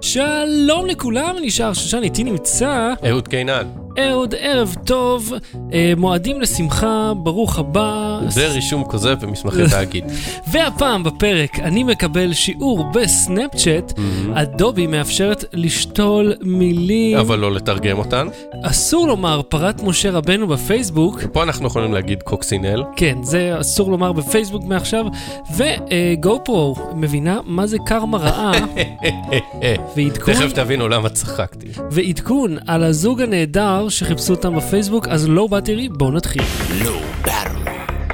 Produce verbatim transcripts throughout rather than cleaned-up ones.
שלום לכולם, נשאר שושן, איתי נמצא אהוד קינן. אהוד, ערב טוב, מועדים לשמחה, ברוך הבא. זה רישום כוזב במסמכי תאגיד. והפעם בפרק אני מקבל שיעור בסנאפצ'אט, אדובי מאפשרת לשתול מילים. אבל לא לתרגם אותן. אסור לומר פרת משה רבנו בפייסבוק. פה אנחנו יכולים להגיד קוקסינל. כן, זה אסור לומר בפייסבוק מעכשיו. וגו-פרו מבינה מה זה קרמה רעה. ועדכון, תכף תבינו למה צחקתי. ועדכון על הזוג הנהדר שחיפשו אותם בפייסבוק, אז לא באטרי, בואו נתחיל. לא באטרי,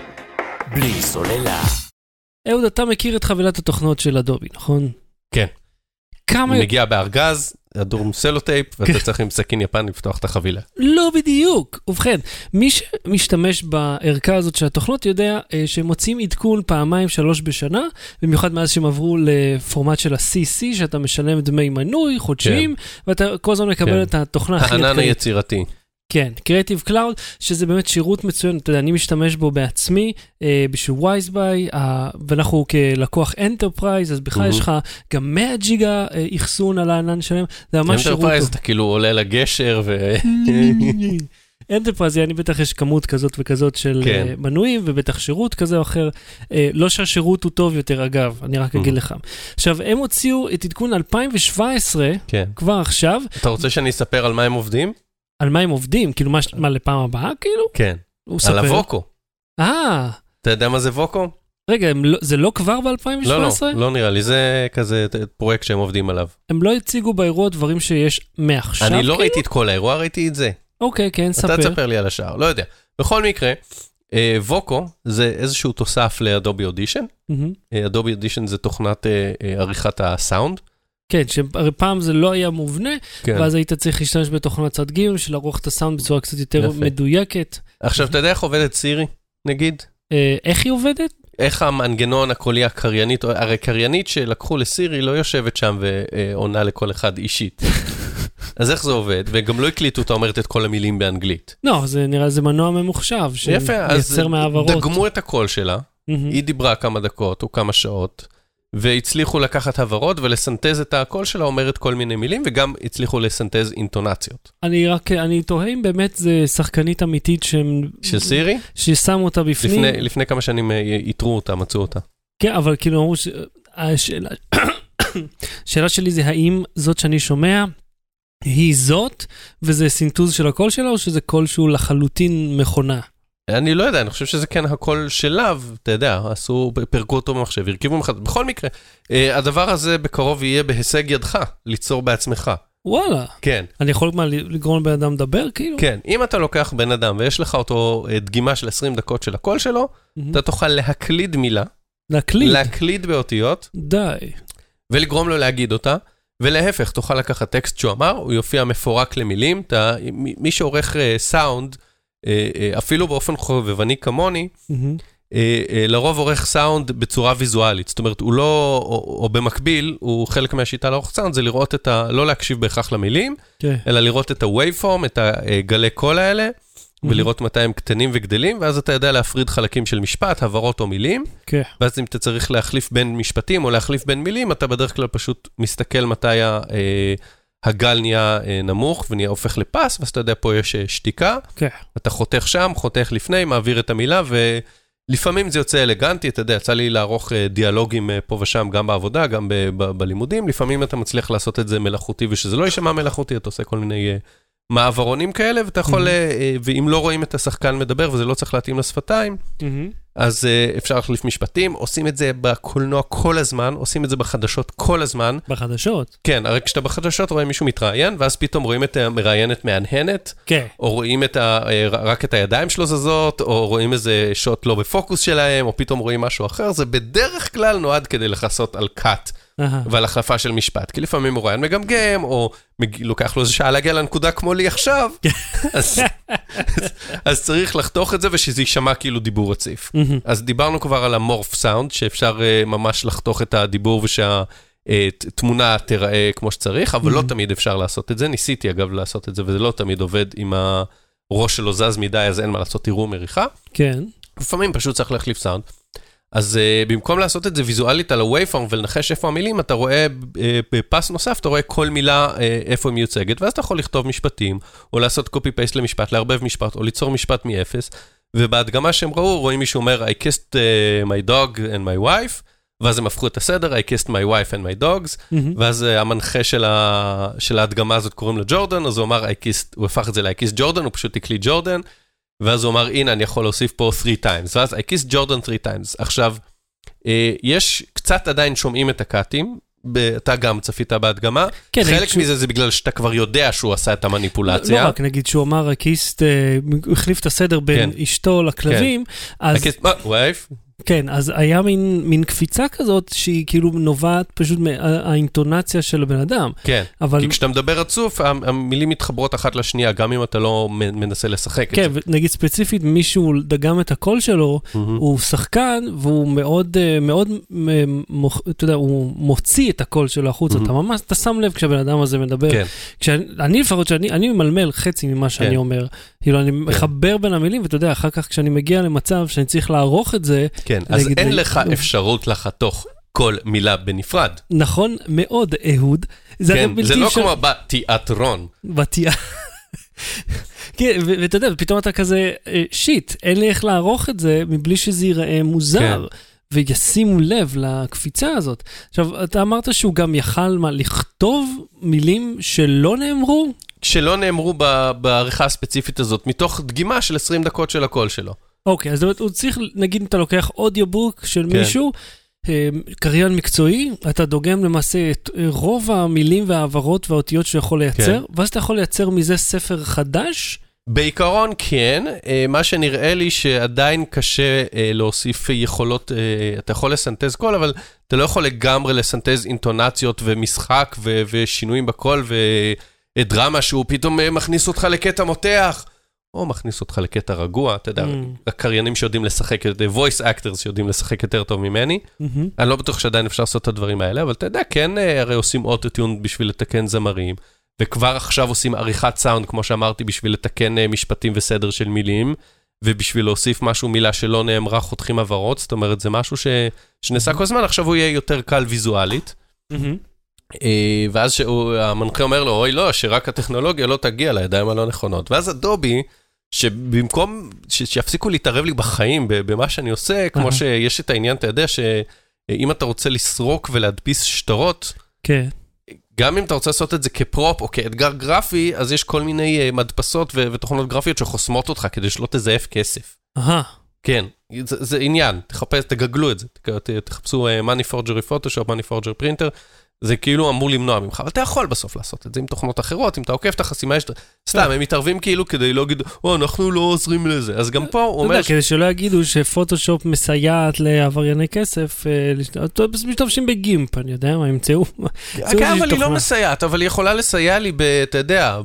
בלי סוללה. אהוד, אתה מכיר את חבילת התוכנות של אדובי, נכון? כן. כמה... היא מגיעה בארגז, הדור סלוטייפ, ואתה צריך עם סכין יפן לפתוח את החבילה. לא בדיוק. ובכן, מי שמשתמש בערכה הזאת של התוכנות יודע שהם מוצאים עדכון פעמיים שלוש בשנה, במיוחד מאז שהם עברו לפורמט של ה-סי סי, שאתה משלם דמי מנוי, חודשיים, ואתה כל הזמן מקבל את התוכנה הכי הענן היצירתי. כן, Creative Cloud, שזה באמת שירות מצוין, אתה יודע, אני משתמש בו בעצמי, אה, בשביל ווייזביי, אה, ואנחנו כלקוח Enterprise, אז בכלל יש לך גם מאה ג'יגה אה, אחסון על הענן שלהם, זה ממש שירות טוב. Enterprise, אתה כאילו עולה לגשר ו... Enterprise, אני בטח יש כמות כזאת וכזאת של כן. uh, מנויים, ובטח שירות כזה או אחר. Uh, לא שהשירות הוא טוב יותר, אגב, אני רק אגיד לך. עכשיו, הם הוציאו את עדכון אלפיים שבע עשרה, כן. כבר עכשיו. אתה רוצה שאני אספר על מה הם עובדים? על מה הם עובדים? כאילו, מה, מה לפעם הבאה, כאילו? כן, על ספר... הווקו. אה. אתה יודע מה זה ווקו? רגע, לא, זה לא כבר ב-אלפיים שבע עשרה? לא, לא, לא נראה לי, זה כזה פרויקט שהם עובדים עליו. הם לא הציגו באירוע דברים שיש מעכשיו, אני לא כאילו? ראיתי את כל האירוע, ראיתי את זה. אוקיי, כן, ספר. אתה תספר לי על השאר, לא יודע. בכל מקרה, ווקו זה איזשהו תוסף לאדובי אודישן. אדובי אודישן זה תוכנת עריכת הסאונד. כן, שפעם זה לא היה מובנה, ואז היית צריך להשתמש בתוכנת צד ג' של לערוך את הסאונד בצורה קצת יותר מדויקת. עכשיו, אתה יודע איך עובדת סירי, נגיד? איך היא עובדת? איך המנגנון הקולי הקריינית, הרי קריינית שלקחו לסירי לא יושבת שם ועונה לכל אחד אישית. אז איך זה עובד? וגם לא הקליטו, אתה אומרת את כל המילים באנגלית. לא, זה נראה, זה מנוע ממוחשב, שמייצר מהעברות. דגמו את הקול שלה, היא דיברה כמה דקות או כמה שעות, והצליחו לקחת הברות ולסנטז את הקול שלה, אומרת כל מיני מילים, וגם הצליחו לסנטז אינטונציות. אני רק, אני תוהה אם באמת זה שחקנית אמיתית שהם... של סירי? ששמו אותה בפנים. לפני, לפני כמה שנים יתרו אותה, מצאו אותה. כן, אבל כאילו אמרו ש... השאלה... השאלה שלי זה האם זאת שאני שומע, היא זאת, וזה סינטוז של הקול שלה, או שזה קול שהוא לחלוטין מכונה? אני לא יודע, אני חושב שזה כן הקול שלה, אתה יודע, עשו, פרקו אותו במחשב, הרכיבו מחד. בכל מקרה, הדבר הזה בקרוב יהיה בהישג ידך, ליצור בעצמך. וואלה. כן. אני יכול מה, לגרום בן אדם לדבר, כאילו? כן, אם אתה לוקח בן אדם, ויש לך אותו דגימה של עשרים דקות של הקול שלו, אתה תוכל להקליד מילה. להקליד? להקליד באותיות. די. ולגרום לו להגיד אותה, ולהפך, תוכל לקחת טקסט שהוא אמר, הוא יופיע מפורק למילים, אתה, מי שעורך סאונד, אפילו באופן חובבני כמוני, לרוב עורך סאונד בצורה ויזואלית, זאת אומרת, הוא לא, או במקביל, הוא חלק מהשיטה לעורך סאונד, זה לראות את ה, לא להקשיב בהכרח למילים, אלא לראות את ה-waveform, את הגלי קול האלה, ולראות מתי הם קטנים וגדלים, ואז אתה יודע להפריד חלקים של משפט, הברות או מילים, ואז אם אתה צריך להחליף בין משפטים או להחליף בין מילים, אתה בדרך כלל פשוט מסתכל מתי ה... הגל נהיה נמוך ונהיה הופך לפס, ואז אתה יודע, פה יש שתיקה, okay. אתה חותך שם, חותך לפני, מעביר את המילה, ולפעמים זה יוצא אלגנטי, אתה יודע, יצא לי לערוך דיאלוגים פה ושם, גם בעבודה, גם ב- ב- בלימודים, לפעמים אתה מצליח לעשות את זה מלאכותי, ושזה לא יישמע מלאכותי, אתה עושה כל מיני מעברונים כאלה, ואתה יכול, mm-hmm. ואם לא רואים את השחקן מדבר, וזה לא צריך להתאים לשפתיים, mm-hmm. אז uh, אפשר להחליף משפטים, עושים את זה בקולנוע כל הזמן, עושים את זה בחדשות כל הזמן. בחדשות? כן, הרי כשאתה בחדשות רואים מישהו מתראיין, ואז פתאום רואים את המראיינת מהנהנת, כן. או רואים את ה, רק את הידיים שלו זזות, או רואים איזה שוט לא בפוקוס שלהם, או פתאום רואים משהו אחר, זה בדרך כלל נועד כדי לחסות על קאט, ועל החלפה של משפט, כי לפעמים הוא רואה מגמגם, או לוקח לו איזה שעה להגיע לנקודה כמו לי עכשיו, אז, אז צריך לחתוך את זה, ושזה יישמע כאילו דיבור רציף. אז דיברנו כבר על המורף סאונד, שאפשר ממש לחתוך את הדיבור, ושהתמונה תיראה כמו שצריך, אבל לא תמיד אפשר לעשות את זה, ניסיתי אגב לעשות את זה, וזה לא תמיד עובד עם הראש שלו זז מדי, אז אין מה לעשות, תראו מריחה. כן. לפעמים פשוט צריך להחליף סאונד. אז uh, במקום לעשות את זה ויזואלית על ה-Waveform ולנחש איפה המילים, אתה רואה uh, בפס נוסף, אתה רואה כל מילה uh, איפה היא מיוצגת, ואז אתה יכול לכתוב משפטים, או לעשות copy-paste למשפט, לערבב משפט, או ליצור משפט מאפס, ובהדגמה שהם ראו, רואים מישהו אומר, I kissed uh, my dog and my wife, ואז הם הפכו את הסדר, I kissed my wife and my dogs, mm-hmm. ואז uh, המנחה של, ה... של ההדגמה הזאת קוראים לו ג'ורדן, אז הוא אמר, I kissed, הוא הפך את זה ל-I kissed ג'ורדן, הוא פשוט הקליט ג'ורדן, ואז הוא אמר, הנה, אני יכול להוסיף פה three times, ואז I kissed Jordan three times. עכשיו, יש קצת עדיין שומעים את הקאטים, אתה גם צפית בהדגמה, כן, חלק ש... מזה זה בגלל שאתה כבר יודע שהוא עשה את המניפולציה. לא, לא רק, נגיד שהוא אמר, הקיסט, הוא החליף את הסדר בין כן. אשתו לכלבים, כן. אז... הקיסט, מה, וייף? כן, אז היה מין, מין קפיצה כזאת, שהיא כאילו נובעת פשוט מהאינטונציה של הבן אדם. כן, אבל... כי כשאתה מדבר רצוף, המילים מתחברות אחת לשנייה, גם אם אתה לא מנסה לשחק כן, את זה. כן, ונגיד ספציפית, מישהו דגם את הקול שלו, mm-hmm. הוא שחקן, והוא מאוד, מאוד, מוח, אתה יודע, הוא מוציא את הקול שלו החוצה, mm-hmm. אתה ממש, אתה שם לב כשהבן אדם הזה מדבר. כן. כשאני לפחות, שאני, אני ממלמל חצי ממה שאני כן. אומר, כאילו, אני כן. מחבר בין המילים, ואתה יודע, אחר כך כשאני מגיע למצב שאני צריך לערוך את זה, כן, אז אין לך אפשרות לחתוך כל מילה בנפרד. נכון מאוד, אהוד. כן, זה לא כמו בתיאטרון. בתיאטרון. כן, ואתה יודע, פתאום אתה כזה, שיט, אין לי איך לערוך את זה, מבלי שזה ייראה מוזר, וישימו לב לקפיצה הזאת. עכשיו, אתה אמרת שהוא גם יכל מה, לכתוב מילים שלא נאמרו? שלא נאמרו בעריכה הספציפית הזאת, מתוך דגימה של עשרים דקות של הקול שלו. אוקיי, אז הוא צריך, נגיד, אתה לוקח אודיובוק של מישהו, קריין מקצועי, אתה דוגם למעשה את רוב המילים והעברות והאותיות שהוא יכול לייצר, ואז אתה יכול לייצר מזה ספר חדש? בעיקרון כן, מה שנראה לי שעדיין קשה להוסיף יכולות, אתה יכול לסנטז קול, אבל אתה לא יכול לגמרי לסנטז אינטונציות ומשחק ושינויים בקול ודרמה שהוא פתאום מכניס אותך לקטע מותח. או מכניס אותך לקטע רגוע, אתה יודע, mm. הקריינים שיודעים לשחק, voice actors שיודעים לשחק יותר טוב ממני, mm-hmm. אני לא בטוח שעדיין אפשר לעשות את הדברים האלה, אבל אתה יודע, כן, הרי עושים אוטוטיון בשביל לתקן זמרים, וכבר עכשיו עושים עריכת סאונד, כמו שאמרתי, בשביל לתקן משפטים וסדר של מילים, ובשביל להוסיף משהו, מילה שלא נאמרה, חותכים עברות, זאת אומרת, זה משהו ש... שנעשה כל הזמן, עכשיו הוא יהיה יותר קל ויזואלית, mm-hmm. ואז המנחה אומר לו, אוי לא, שרק הטכנולוגיה לא תגיע לידיים הלא נכונות, ואז אדובי שבמקום שיפסיקו להתערב לי בחיים במה שאני עושה, כמו שיש את העניין, אתה יודע שאם אתה רוצה לסרוק ולהדפיס שטרות, גם אם אתה רוצה לעשות את זה כפרופ או כאתגר גרפי, אז יש כל מיני מדפסות ותוכנות גרפיות שחוסמות אותך כדי שלא תזייף כסף. כן, זה עניין, תחפש, תגגלו את זה, תחפשו Money Forgery Photoshop, Money Forgery Printer, זה כאילו אמור למנוע ממך, אבל אתה יכול בסוף לעשות את זה עם תוכנות אחרות, אם אתה עוקף את החסימה, סתם, הם מתערבים כאילו כדי לא יגידו, או, אנחנו לא עוזרים לזה, אז גם פה הוא אומר... אתה יודע, כדי שלא יגידו שפוטושופ מסייעת לעברייני כסף, משתמשים בגימפ, אני יודע מה, ימצאו... אבל היא לא מסייעת, אבל היא יכולה לסייע לי, אתה יודע,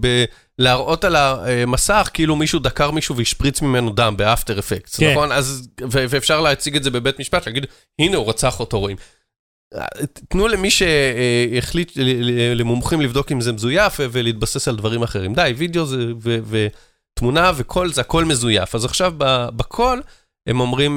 להראות על המסך, כאילו מישהו דקר מישהו והשפריץ ממנו דם באפטר אפקט, נכון? ואפשר להציג את זה בבית משפט, להגיד, הנה הוא רצח אותו, רואים. תנו למי שהחליט למומחים לבדוק אם זה מזויף ולהתבסס על דברים אחרים. די, וידאו ותמונה וקול, זה הכל מזויף. אז עכשיו בקול הם אומרים,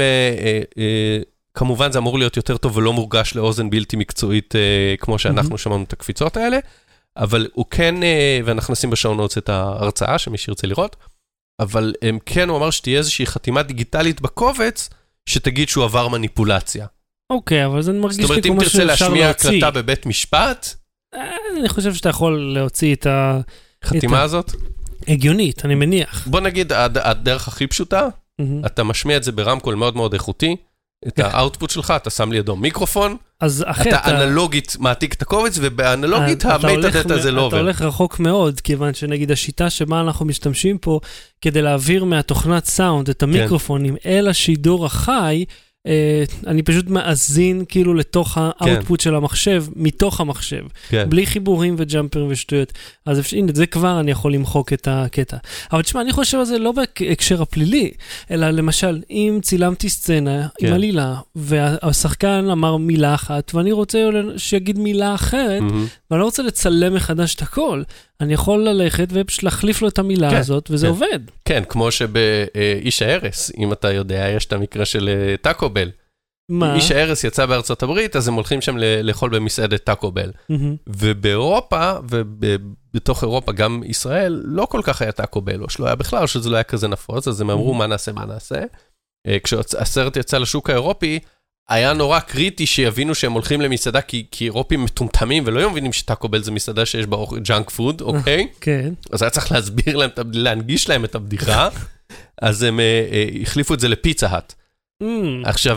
כמובן זה אמור להיות יותר טוב ולא מורגש לאוזן בלתי מקצועית כמו שאנחנו שמענו את הקפיצות האלה, אבל הוא כן, ואנחנו נשים בשעון נוטס את ההרצאה שמי שירצה לראות, אבל הם כן, הוא אמר שתהיה איזושהי חתימה דיגיטלית בקובץ שתגיד שהוא עבר מניפולציה. אוקיי, אבל זה מרגיש לי כמו שאפשר להוציא. זאת אומרת, אם תרצה להשמיע הקלטה בבית משפט? אני חושב שאתה יכול להוציא את ה... חתימה הזאת? הגיונית, אני מניח. בוא נגיד, הדרך הכי פשוטה, אתה משמיע את זה ברמקול מאוד מאוד איכותי, את האוטפוט שלך, אתה שם לידו מיקרופון, אתה אנלוגית מעתיק את הקובץ, ובאנלוגית המייטה דאטה זה לא עובר. אתה הולך רחוק מאוד, כיוון שנגיד השיטה שבה אנחנו משתמשים פה, כדי להעביר מהתוכנת סאונד את המיקרופונים אל השידור החי, אני פשוט מאזין כאילו לתוך האוטפוט של המחשב, מתוך המחשב, בלי חיבורים וג'אמפרים ושטויות. אז הנה, זה כבר אני יכול למחוק את הקטע. אבל תשמע, אני חושב על זה לא בהקשר הפלילי, אלא למשל, אם צילמתי סצנה עם עלילה, והשחקן אמר מילה אחת, ואני רוצה שיגיד מילה אחרת, ואני לא רוצה לצלם מחדש את הכל, אני יכול ללכת ופשוט להחליף לו את המילה הזאת, וזה עובד. כן, כמו שבאיש ההרס, אם אתה יודע, יש את המקרה של טאקו בל, מה? איש הארס יצא בארצות הברית, אז הם הולכים שם לאכול במסעדת טאקו בל. ובאירופה, ובתוך אירופה, גם ישראל, לא כל כך היה טאקו בל, או שלא היה בכלל, או שזה לא היה כזה נפוץ, אז הם אמרו, מה נעשה, מה נעשה. כשהסרט יצא לשוק האירופי, היה נורא קריטי שיבינו שהם הולכים למסעדה, כי, כי אירופים מטומטמים, ולא מבינים שטאקו בל זה מסעדה שיש בה ג'אנק פוד, אוקיי? כן. אז היה צריך להסביר להם, להנגיש להם את הבדיחה, אז הם החליפו את זה לפיצה האט. עכשיו,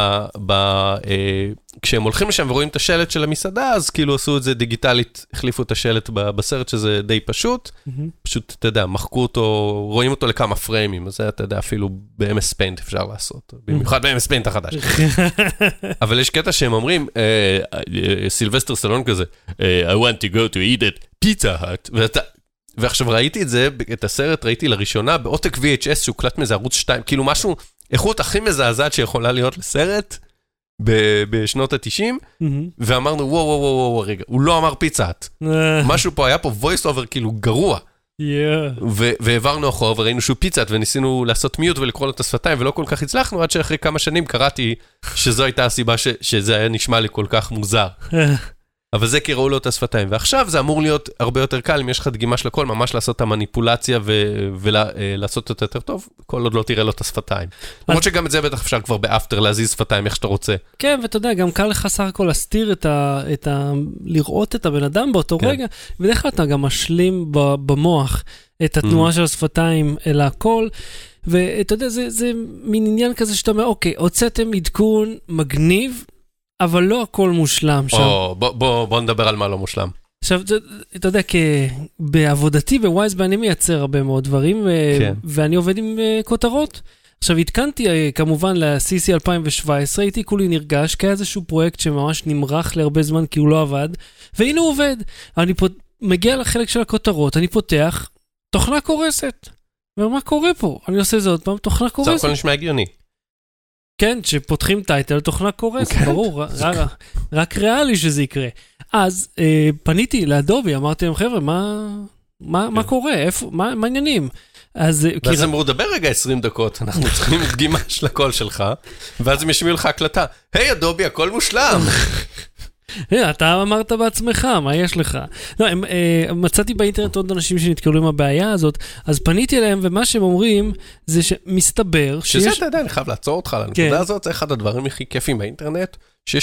כשהם הולכים לשם ורואים את השלט של המסעדה, אז כאילו עשו את זה דיגיטלית, החליפו את השלט בסרט, שזה די פשוט, פשוט, אתה יודע, מחקו אותו, רואים אותו לכמה פריימים, אז זה, אתה יודע, אפילו ב-אם אס Paint אפשר לעשות, במיוחד ב-אם אס Paint החדש. אבל יש קטע שהם אומרים, סילבסטר סלון כזה, I want to go to eat it, pizza hut, ואתה... ועכשיו ראיתי את זה, את הסרט ראיתי לראשונה, בעותק וי אייץ' אס שהוקלט מזה ערוץ שתיים, כאילו משהו, איכות הכי מזעזעת שיכולה להיות לסרט, בשנות ה-תשעים, ואמרנו, וואו, וואו, וואו, וואו, רגע, הוא לא אמר פיצת. משהו פה, היה פה voice over כאילו גרוע. והעברנו אחורה, וראינו שהוא פיצת, וניסינו לעשות מיוט ולקרוא לו את השפתיים, ולא כל כך הצלחנו, עד שאחרי כמה שנים קראתי, שזו הייתה הסיבה שזה היה נשמע לי כל כך מוזר. אבל זה כי ראו לו את השפתיים, ועכשיו זה אמור להיות הרבה יותר קל, אם יש לך דגימה של הכל, ממש לעשות את המניפולציה ולעשות את יותר טוב, כל עוד לא תראה לו את השפתיים. למרות שגם את זה בטח אפשר כבר באפטר להזיז שפתיים איך שאתה רוצה. כן, ואתה יודע, גם קל לך סך הכל להסתיר את ה... לראות את הבן אדם באותו רגע, ובדרך כלל אתה גם משלים במוח את התנועה של השפתיים אל הכל, ואתה יודע, זה מין עניין כזה שאתה אומר, אוקיי, הוצאתם עדכון מגניב, אבל לא הכל מושלם שם. או, בוא, בוא, בוא נדבר על מה לא מושלם. עכשיו, אתה יודע, בעבודתי בווייז אני מייצר הרבה מאוד דברים, כן. ואני עובד עם כותרות. עכשיו, התקנתי כמובן ל-סי סי אלפיים שבע עשרה, הייתי כולי נרגש, כי היה איזשהו פרויקט שממש נמרח להרבה זמן, כי הוא לא עבד, והנה הוא עובד. אני פות... מגיע לחלק של הכותרות, אני פותח, תוכנה קורסת. ומה קורה פה? אני עושה זה עוד פעם, תוכנה קורסת. זה הכל נשמע הגיוני. כן, שפותחים טייטל, תוכנה קורס, ברור, רק ריאלי שזה יקרה. אז פניתי לאדובי, אמרתי להם, חבר'ה, מה קורה? מה העניינים? ואז הם אמרו, דבר רגע עשרים דקות, אנחנו צריכים דגימה של הקול שלך, ואז הם ישמיעו לך הקלטה, היי אדובי, הכל מושלם. אתה אמרת בעצמך, מה יש לך? לא, מצאתי באינטרנט עוד אנשים שנתקלו עם הבעיה הזאת, אז פניתי אליהם, ומה שהם אומרים, זה שמסתבר שזה, אתה יודע, אני חייב לעצור אותך לנקודה הזאת, זה אחד הדברים הכי כיפים באינטרנט,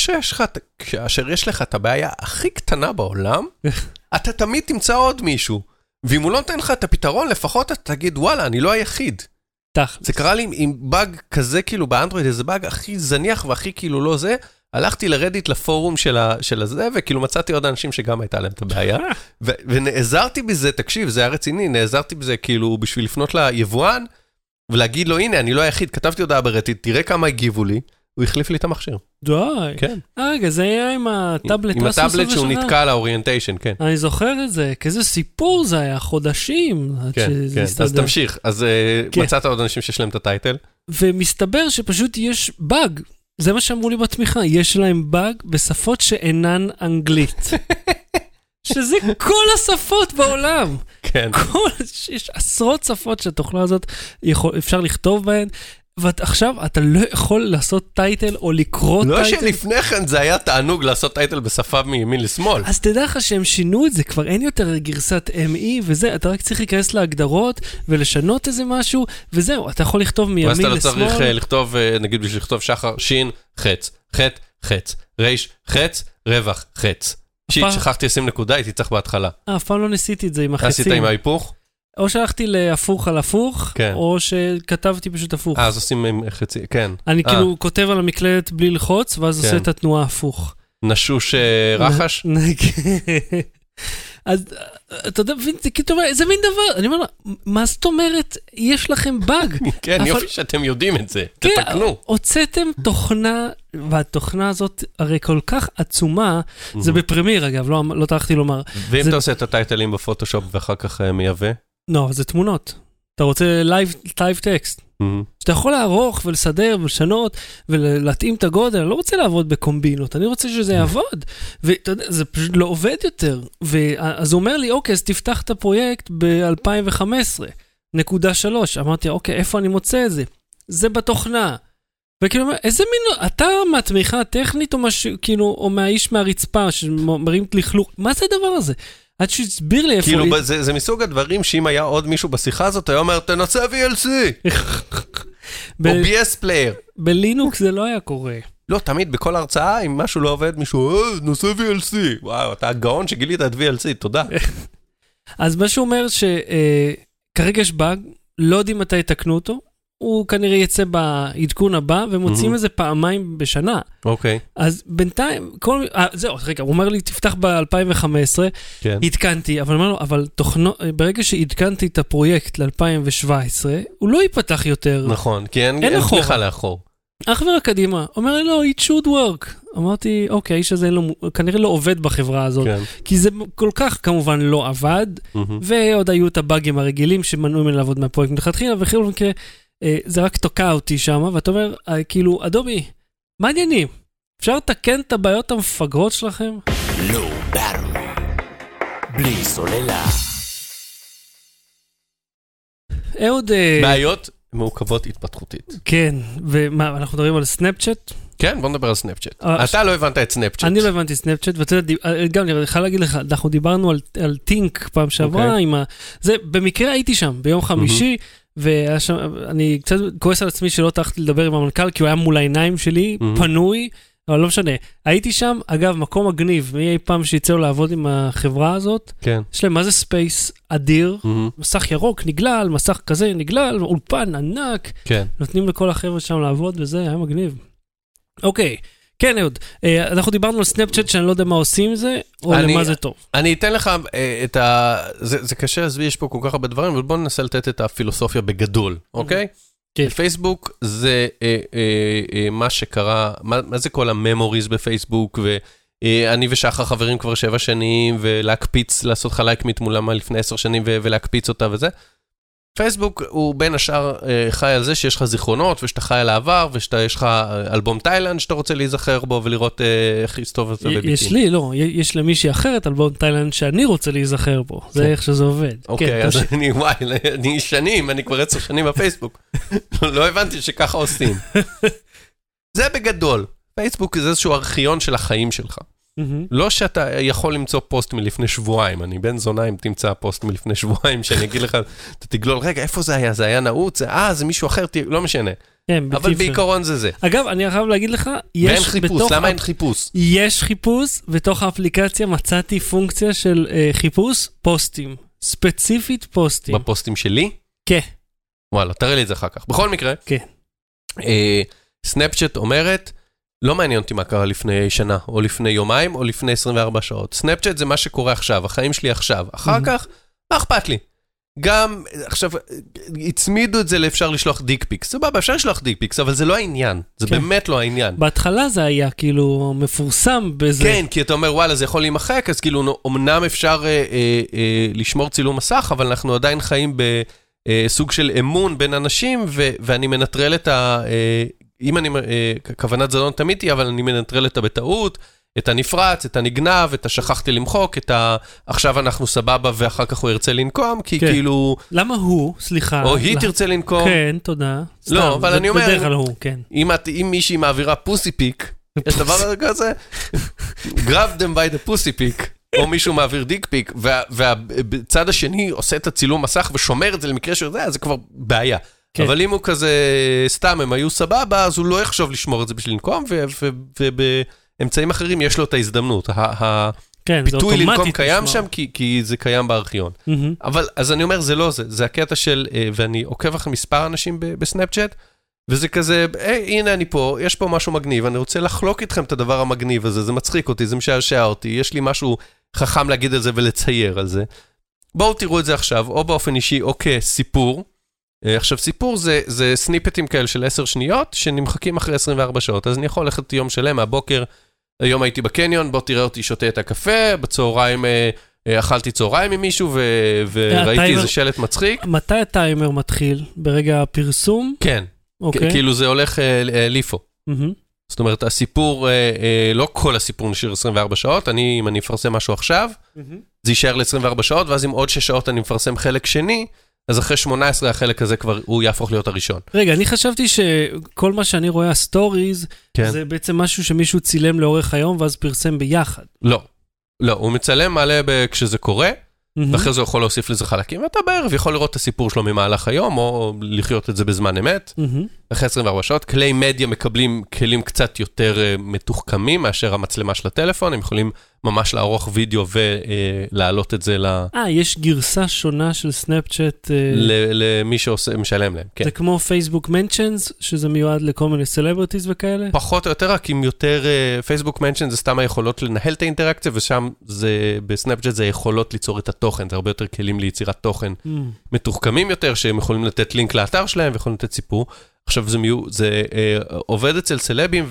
כאשר יש לך את הבעיה הכי קטנה בעולם, אתה תמיד תמצא עוד מישהו, ואם הוא לא נותן לך את הפתרון, לפחות אתה תגיד, וואלה, אני לא היחיד. זה קרה לי עם באג כזה, כאילו באנדרואיד, איזה באג הכי זניח והכי כאילו לא זה, הלכתי לרדיט לפורום של הזה, וכאילו מצאתי עוד אנשים שגם הייתה להם את הבעיה, ונעזרתי בזה, תקשיב, זה היה רציני, נעזרתי בזה כאילו בשביל לפנות ליבואן, ולהגיד לו, הנה, אני לא היחיד, כתבתי הודעה ברדיט, תראה כמה הגיבו לי, הוא החליף לי את המכשיר. די. כן. רגע, זה היה עם הטאבלט. עם הטאבלט שהוא נתקע לאוריינטיישן, כן. אני זוכר את זה, כזה סיפור זה היה, חודשים. כן, כן, אז תמשיך. אז מצאת עוד אנשים שיש להם את הטייטל. ומסתבר שפשוט יש באג. זה מה שאמרו לי בתמיכה, יש להם באג בשפות שאינן אנגלית. שזה כל השפות בעולם. כן. כל, יש עשרות שפות שהתוכנה הזאת יכול, אפשר לכתוב בהן, ועכשיו אתה לא יכול לעשות טייטל או לקרוא לא טייטל. לא שלפני כן זה היה תענוג לעשות טייטל בשפה מימין לשמאל. אז תדע לך שהם שינו את זה, כבר אין יותר גרסת אם אי וזה, אתה רק צריך להיכנס להגדרות ולשנות איזה משהו, וזהו, אתה יכול לכתוב מימין לשמאל. ואז אתה לא צריך לכתוב, נגיד בשביל לכתוב שחר, שין, חץ, חט, חץ, ריש, חץ, רווח, חץ. שיט, שכחתי לשים נקודה, הייתי צריך בהתחלה. אף פעם לא ניסיתי את זה עם החצים. עשית עם ההיפוך? או שהלכתי להפוך על הפוך, או שכתבתי פשוט הפוך. אה, אז עושים עם חצי, כן. אני כאילו כותב על המקלדת בלי לחוץ, ואז עושה את התנועה הפוך. נשוש רחש? אז אתה יודע, זה מין דבר, אני אומר לה, מה זאת אומרת, יש לכם באג? כן, יופי שאתם יודעים את זה, תתקנו. הוצאתם תוכנה, והתוכנה הזאת הרי כל כך עצומה, זה בפרמיר אגב, לא טרחתי לומר. ואם אתה עושה את הטייטלים בפוטושופ ואחר כך מייבא? לא, זה תמונות. אתה רוצה לייב טקסט. שאתה יכול לערוך ולסדר ולשנות ולהתאים את הגודל, אני לא רוצה לעבוד בקומבינות, אני רוצה שזה יעבוד, וזה פשוט לא עובד יותר, אז הוא אומר לי, אוקיי, אז תפתח את הפרויקט ב-אלפיים וחמש עשרה, נקודה שלוש, אמרתי, אוקיי, איפה אני מוצא את זה? זה בתוכנה, וכאילו, איזה מין, אתה מהתמיכה הטכנית או משהו, כאילו, או מהאיש מהרצפה שמרים לכלוך, מה זה הדבר הזה? עד שהסביר לי איפה... כאילו, זה, זה מסוג הדברים שאם היה עוד מישהו בשיחה הזאת, היה אומר, תנסה וי אל סי! או בי אס פלייר. בלינוקס זה לא היה קורה. לא, תמיד בכל הרצאה, אם משהו לא עובד, מישהו, אה, נסה וי אל סי. וואו, אתה הגאון שגילית את וי אל סי, תודה. אז מה שהוא אומר שכרגע יש באג, לא יודעים מתי יתקנו אותו, הוא כנראה יצא בעדכון הבא, ומוצאים איזה פעמיים בשנה. אוקיי. אז בינתיים, כל... זהו, רגע, הוא אומר לי, תפתח ב-אלפיים וחמש עשרה, התקנתי, אבל אמר לו, אבל ברגע שהתקנתי את הפרויקט ל-אלפיים שבע עשרה, הוא לא ייפתח יותר. נכון, כי אין תמיכה לאחור. אך ורק קדימה. אומר לי, לא, it should work. אמרתי, אוקיי, האיש הזה כנראה לא עובד בחברה הזאת, כי זה כל כך כמובן לא עבד, ועוד היו את הבאגים הרגילים שמנעו ממנו לעבוד מהפרויקט מלכתחילה, ובכל מקרה, זה רק תוקע אותי שם, ואתה אומר, כאילו, אדובי, מה העניינים? אפשר לתקן את הבעיות המפגרות שלכם? לא ברם, בלי סוללה. אהוד... בעיות מעוכבות התפתחותית. כן, ומה, אנחנו מדברים על סנאפצ'אט? כן, בוא נדבר על סנאפצ'אט. אתה לא הבנת את סנאפצ'אט. אני לא הבנתי סנאפצ'אט, וגם אני יכול להגיד לך, אנחנו דיברנו על טינק פעם שעברה, זה, במקרה הייתי שם, ביום חמישי, ואני קצת כועס על עצמי שלא תחתי לדבר עם המנכ"ל, כי הוא היה מול העיניים שלי, פנוי, אבל לא משנה. הייתי שם, אגב, מקום מגניב, מי אי פעם שיצאו לעבוד עם החברה הזאת, יש להם מה זה ספייס אדיר, מסך ירוק נגלל, מסך כזה נגלל, אולפן ענק, נותנים לכל החבר'ה שם לעבוד, וזה היה מגניב. אוקיי, כן אהוד, אנחנו דיברנו על סנאפצ'אט שאני לא יודע מה עושים עם זה, או למה זה טוב. אני אתן לך את ה... זה קשה להסביר, יש פה כל כך הרבה דברים, אבל בואו ננסה לתת את הפילוסופיה בגדול, אוקיי? פייסבוק זה מה שקרה, מה זה כל הממוריז בפייסבוק, ואני ושחר חברים כבר שבע שנים, ולהקפיץ, לעשות לך לייק מתמולה לפני עשר שנים, ולהקפיץ אותה וזה. פייסבוק הוא בין השאר חי על זה שיש לך זיכרונות, ושאתה חי על העבר, ויש לך אלבום תאילנד שאתה רוצה להיזכר בו, ולראות איך יסתוב את זה בביטים. יש לי, לא, יש למישהי אחרת אלבום תאילנד שאני רוצה להיזכר בו, זה איך שזה עובד. אוקיי, אז אני, וואי, אני שנים, אני כבר עשר שנים בפייסבוק, לא הבנתי שככה עושים. זה בגדול, פייסבוק זה איזשהו ארכיון של החיים שלך. לא שאתה יכול למצוא פוסט מלפני שבועיים, אני בן זונה אם תמצא פוסט מלפני שבועיים, שאני אגיד לך, אתה תגלול, רגע, איפה זה היה? זה היה נעוץ? אה, זה מישהו אחר, לא משנה. אבל בעיקרון זה זה. אגב, אני חייב להגיד לך, ואין חיפוש, למה אין חיפוש? יש חיפוש, בתוך האפליקציה מצאתי פונקציה של חיפוש פוסטים, ספציפית פוסטים. בפוסטים שלי? כן. וואלה, תראה לי את זה אחר כך. בכל מקרה, כן. סנאפצ'אט אומרת, לא מעניין אותי מה קרה לפני שנה, או לפני יומיים, או לפני עשרים וארבע שעות. סנאפצ'אט זה מה שקורה עכשיו, החיים שלי עכשיו. אחר כך, מה אכפת לי? גם, עכשיו, הצמידו את זה לאפשר לשלוח דיק פיקס. סבבה, אפשר לשלוח דיק פיקס, אבל זה לא העניין. זה באמת לא העניין. בהתחלה זה היה כאילו מפורסם בזה. כן, כי אתה אומר, וואלה, זה יכול להימחק, אז כאילו, אמנם אפשר לשמור צילום מסך, אבל אנחנו עדיין חיים בסוג של אמון בין אנשים, ואני מנטרל את ה... אם אני, כוונת זדון תמיד תהיה, אבל אני מנטרל את הבטעות, את הנפרץ, את הנגנב, את השכחתי למחוק, את ה... עכשיו אנחנו סבבה ואחר כך הוא ירצה לנקום, כי כאילו... למה הוא? סליחה. או היא תרצה לנקום. כן, תודה. לא, אבל אני אומר... בדרך כלל הוא, כן. אם מישהי מעבירה פוסי פיק, יש דבר כזה, grab them by the pussy pick, או מישהו מעביר דיק פיק, והצד השני עושה את הצילום מסך ושומר את זה למקרה שזה, זה כבר בעיה. אבל אם הוא כזה, סתם, הם היו סבבה, אז הוא לא יחשוב לשמור את זה בשביל לנקום, ובאמצעים אחרים יש לו את ההזדמנות. הפיתוי לנקום קיים שם, כי זה קיים בארכיון. אבל, אז אני אומר, זה לא זה, זה הקטע של, ואני עוקב אחרי מספר אנשים בסנאפצ'אט, וזה כזה, הנה אני פה, יש פה משהו מגניב, אני רוצה לחלוק איתכם את הדבר המגניב הזה, זה מצחיק אותי, זה משעשע אותי, יש לי משהו חכם להגיד על זה ולצייר על זה. בואו תראו את זה עכשיו, או באופן אישי, או כסיפור. עכשיו, סיפור זה, זה סניפטים כאלה של עשר שניות, שנמחקים אחרי עשרים וארבע שעות. אז אני יכול ללכת יום שלם, מהבוקר, היום הייתי בקניון, בוא תראה אותי שותה את הקפה, בצהריים אכלתי צהריים עם מישהו, ו, וראיתי איזה שלט מצחיק. מתי הטיימר מתחיל? ברגע הפרסום? כן. אוקיי. כאילו זה הולך ליפו. זאת אומרת, הסיפור, לא כל הסיפור נשאר עשרים וארבע שעות, אני, אם אני מפרסם משהו עכשיו, זה יישאר ל-עשרים וארבע שעות, ואז עם עוד שש שעות אני מפרסם חלק שני, אז אחרי שמונה עשרה החלק הזה כבר הוא יהפוך להיות הראשון. רגע, אני חשבתי שכל מה שאני רואה, הסטוריז, כן. זה בעצם משהו שמישהו צילם לאורך היום, ואז פרסם ביחד. לא, לא, הוא מצלם מעלה כשזה קורה, mm-hmm. ואחרי זה הוא יכול להוסיף לזה חלקים, ואתה בערב יכול לראות את הסיפור שלו ממהלך היום, או לחיות את זה בזמן אמת. Mm-hmm. אחרי עשרים וארבע שעות, כלי מדיה מקבלים כלים קצת יותר uh, מתוחכמים, מאשר המצלמה של הטלפון, הם יכולים ממש לערוך וידאו ולהעלות את זה ל... אה, יש גרסה שונה של סנאפצ'אט. למי שמשלם להם, כן. זה כמו פייסבוק מנשנס, שזה מיועד לכל מיני סלבריטיז וכאלה? פחות או יותר, רק עם יותר, פייסבוק מנשנס זה סתם היכולות לנהל את האינטראקציה, ושם זה, בסנאפצ'אט זה יכולות ליצור את התוכן, זה הרבה יותר כלים ליצירת תוכן מתוחכמים יותר, שהם יכולים לתת לינק לאתר שלהם, ויכולים לתת סיפור. עכשיו זה, מיו, זה עובד אצל סלבים,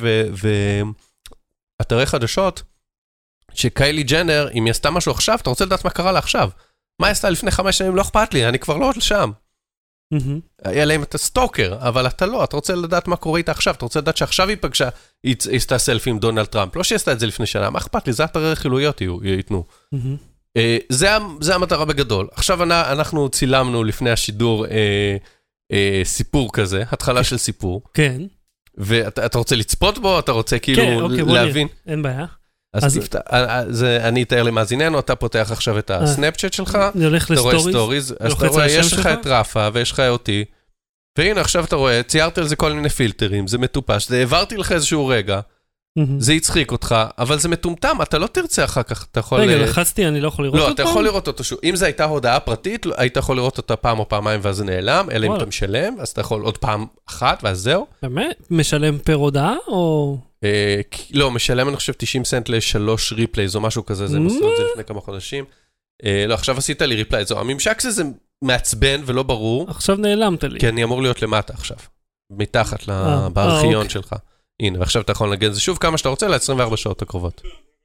ואתרי חדשות, שקיילי ג'נר, אם היא עשתה משהו עכשיו, אתה רוצה לדעת מה קרה לה עכשיו. מה היא עשתה לפני חמש שנים? לא אכפת לי, אני כבר לא שם. היה להם את הסטוקר, אבל אתה לא, אתה רוצה לדעת מה קורה איתה עכשיו, אתה רוצה לדעת שעכשיו היא פגשה, היא עשתה סלפי עם דונלד טראמפ, לא שהיא עשתה את זה לפני שנה, מה אכפת לי? זה אתרי רכילויות ייתנו. זה המטרה בגדול. עכשיו אנחנו צילמנו לפני השידור סיפור כזה, התחלה של סיפור. כן. ואתה רוצה לצפות בו, אתה רוצה כאילו להבין. אין בעיה. אז אני אתאר למאזיננו, אתה פותח עכשיו את הסנאפצ'אט שלך, אתה רואה סטוריז, אז אתה רואה, יש לך את רפה ויש לך אותי, והנה עכשיו אתה רואה, ציירת על זה כל מיני פילטרים, זה מטופש, זה העברתי לך איזשהו רגע, זה יצחיק אותך, אבל זה מטומטם, אתה לא תרצה אחר כך, אתה יכול... רגע, לחצתי, אני לא יכול לראות אותו? לא, אתה יכול לראות אותו שוב. אם זו הייתה הודעה פרטית, היית יכול לראות אותה פעם או פעמיים ואז זה נעלם, אלא אם אתה משלם, אז אתה יכול עוד פעם אחת ואז זהו. באמת? משלם פר הודעה או... לא, משלם אני חושב תשעים סנט לשלוש ריפלייז או משהו כזה, זה הם עשו את זה לפני כמה חודשים. לא, עכשיו עשית לי ריפלייז, הממשק זה מעצבן ולא ברור. עכשיו נעלמת לי. כי אני אמור להיות למטה עכשיו, מתחת בארכיון שלך. הנה, ועכשיו אתה יכול לנגן את זה שוב כמה שאתה רוצה ל-עשרים וארבע שעות הקרובות.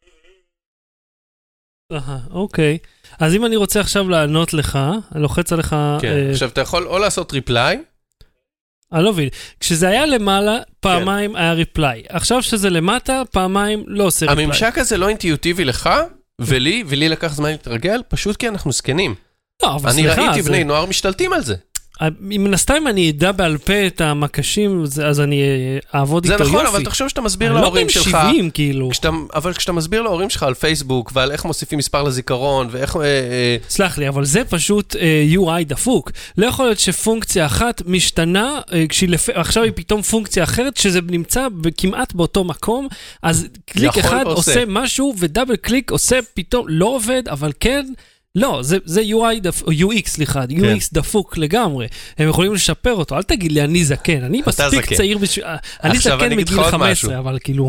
אהה, אוקיי. אז אם אני רוצה עכשיו לענות לך, אני לוחץ עליך... כן, עכשיו אתה יכול או לעשות ריפליי, אני לא מבין. כשזה היה למעלה, פעמיים היה ריפליי. עכשיו שזה למטה, פעמיים לא עושה ריפליי. הממשק הזה לא אינטואיטיבי לך, ולי, ולי לקח זמן להתרגל, פשוט כי אנחנו זקנים. לא, אבל סליחה. אני ראיתי זה... בני נוער משתלטים על זה. אם נסתיים אני אדע בעל פה את המקשים, אז אני אעבוד איתו יופי. זה נכון, אבל תחשוב שאתה מסביר להורים שלך... אני לא בן שבעים, כאילו. אבל כשאתה מסביר להורים שלך על פייסבוק, ועל איך מוסיפים מספר לזיכרון, ואיך... סלח לי, אבל זה פשוט יו איי דפוק. לא יכול להיות שפונקציה אחת משתנה, עכשיו היא פתאום פונקציה אחרת, שזה נמצא כמעט באותו מקום, אז קליק אחד עושה משהו, ודאבל קליק עושה פתאום, לא עובד, אבל כן... לא, זה, זה יו איי, יו אקס, סליחה, יו אקס דפוק לגמרי. הם יכולים לשפר אותו. אל תגיד לי, אני זקן. אני מספיק צעיר בשביל... אני זקן מגיל חמש עשרה, אבל כאילו...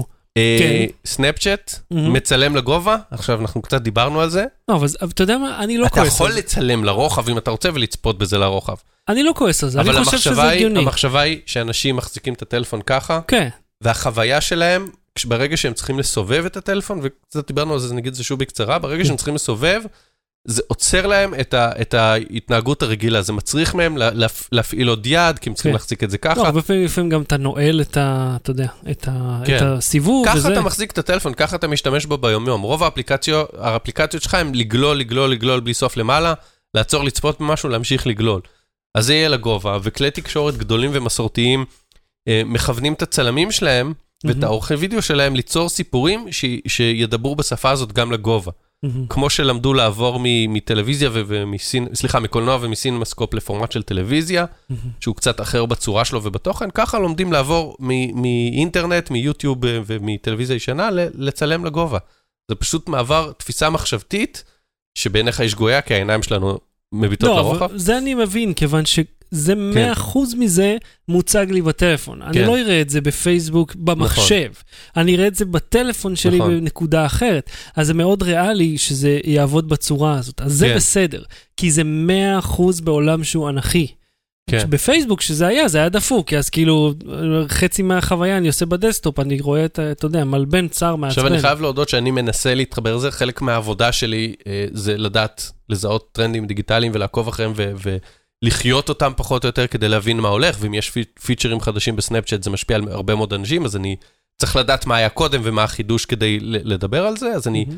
סנאפצ'אט, מצלם לגובה. עכשיו אנחנו קצת דיברנו על זה. לא, אבל אתה יודע מה? אני לא כועס על זה. אתה יכול לצלם לרוחב אם אתה רוצה ולצפות בזה לרוחב. אני לא כועס על זה. אני חושב שזה הגיוני. אבל המחשבה היא שאנשים מחזיקים את הטלפון ככה, והחוויה שלהם, ברגע שהם צריכים לסובב את הטלפון, וקצת דיברנו על זה, נגיד זה שוב בקצרה, ברגע שהם צריכים לסובב, זה עוצר להם את, ה, את ההתנהגות הרגילה, זה מצריך מהם להפ, להפעיל עוד יד, כי הם צריכים כן. להחזיק את זה ככה. לא, בפעמים לפעמים גם אתה נועל את, ה, אתה יודע, את, ה, כן. את הסיבוב. ככה וזה... אתה מחזיק את הטלפון, ככה אתה משתמש בו ביום יום. רוב האפליקציות, האפליקציות שלך הם לגלול, לגלול, לגלול בלי סוף למעלה, לעצור לצפות במשהו, להמשיך לגלול. אז זה יהיה לגובה, וכלי תקשורת גדולים ומסורתיים אה, מכוונים את הצלמים שלהם, mm-hmm. ואת האורכי וידאו שלהם ליצור סיפורים ש, שידברו בשפה הזאת גם לגובה. כמו שלמדו לעבור מטלוויזיה ומסין, סליחה, מקולנוע ומסינמסקופ לפורמט של טלוויזיה, שהוא קצת אחר בצורה שלו ובתוכן, ככה לומדים לעבור מאינטרנט, מיוטיוב ומטלוויזיה ישנה, לצלם לגובה. זה פשוט מעבר תפיסה מחשבתית, שבעיניך יש גויה, כי העיניים שלנו מביטות לרוחב. לא, זה אני מבין, כיוון ש... זה מאה אחוז מזה מוצג לי בטלפון. אני לא אראה את זה בפייסבוק, במחשב. אני אראה את זה בטלפון שלי בנקודה אחרת. אז זה מאוד ריאלי שזה יעבוד בצורה הזאת. אז זה בסדר. כי זה מאה אחוז בעולם שהוא אנכי. בפייסבוק שזה היה, זה היה דפוק. אז כאילו, חצי מהחוויה אני עושה בדסטופ, אני רואה את, אתה יודע, מלבן צר מעצבן. עכשיו אני חייב להודות שאני מנסה להתחבר לזה. חלק מהעבודה שלי זה לדעת, לזהות טרנדים דיגיטליים ולעקוב אחריהם ו... לחיות אותם פחות או יותר כדי להבין מה הולך, ואם יש פיצ'רים חדשים בסנאפצ'אט, זה משפיע על הרבה מאוד אנשים, אז אני צריך לדעת מה היה קודם ומה החידוש כדי לדבר על זה, אז אני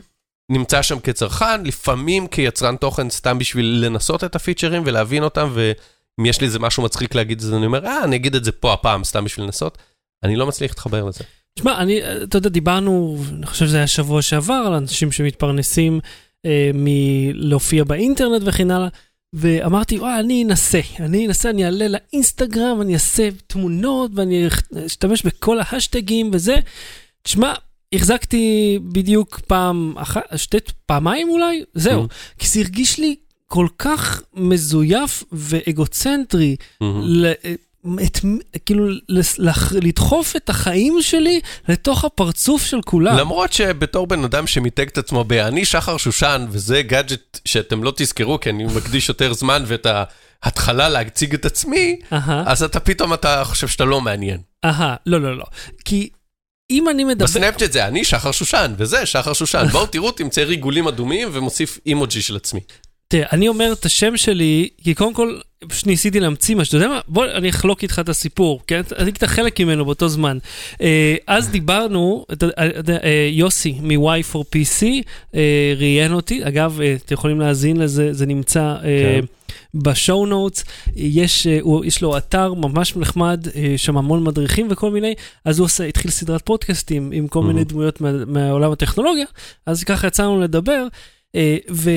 נמצא שם כצרכן, לפעמים כיצרן תוכן סתם בשביל לנסות את הפיצ'רים ולהבין אותם, ואם יש לי איזה משהו מצחיק להגיד את זה, אני אומר, אה, אני אגיד את זה פה הפעם, סתם בשביל לנסות. אני לא מצליח להתחבר לזה. תשמע, אני, אתה יודע, דיברנו, אני חושב שזה היה שבוע שעבר, על אנשים שמתפרנסים אה, מלהופיע באינטרנט וכן הלאה, ואמרתי, וואה, אני אנסה, אני אנסה, אני אעלה לאינסטגרם, אני אעשה תמונות, ואני אשתמש בכל ההשטגים וזה. תשמע, החזקתי בדיוק פעם אחת, שתי פעמיים אולי, זהו, כי זה הרגיש לי כל כך מזויף ואגוצנטרי, ל... את, כאילו, לדחוף את החיים שלי לתוך הפרצוף של כולם. למרות שבתור בן אדם שמיתג את עצמו באני שחר שושן, וזה גאדג'ט שאתם לא תזכרו, כי אני מקדיש יותר זמן ואת ההתחלה להציג את עצמי, אז אתה פתאום אתה חושב שאתה לא מעניין. אהה, לא, לא, לא. כי אם אני מדבר... בסנאפצ'אט זה אני שחר שושן, וזה שחר שושן. בואו תראו, תמצא ריגולים אדומים ומוסיף אימוג'י של עצמי. תראה, אני אומר את השם שלי, כי קודם כל, ניסיתי להמציא מה, שאתה יודע מה? בוא, אני אחלוק איתך את הסיפור, כן? אני אקטע חלק ממנו באותו זמן. אז דיברנו, יוסי מ-וואי פור פי סי ראיין אותי, אגב, אתם יכולים להזין לזה, זה נמצא בשואו נוטס, יש לו אתר ממש נחמד, שם המון מדריכים וכל מיני, אז הוא התחיל סדרת פודקאסטים עם כל מיני דמויות מהעולם הטכנולוגיה, אז ככה יצאנו לדבר, ו...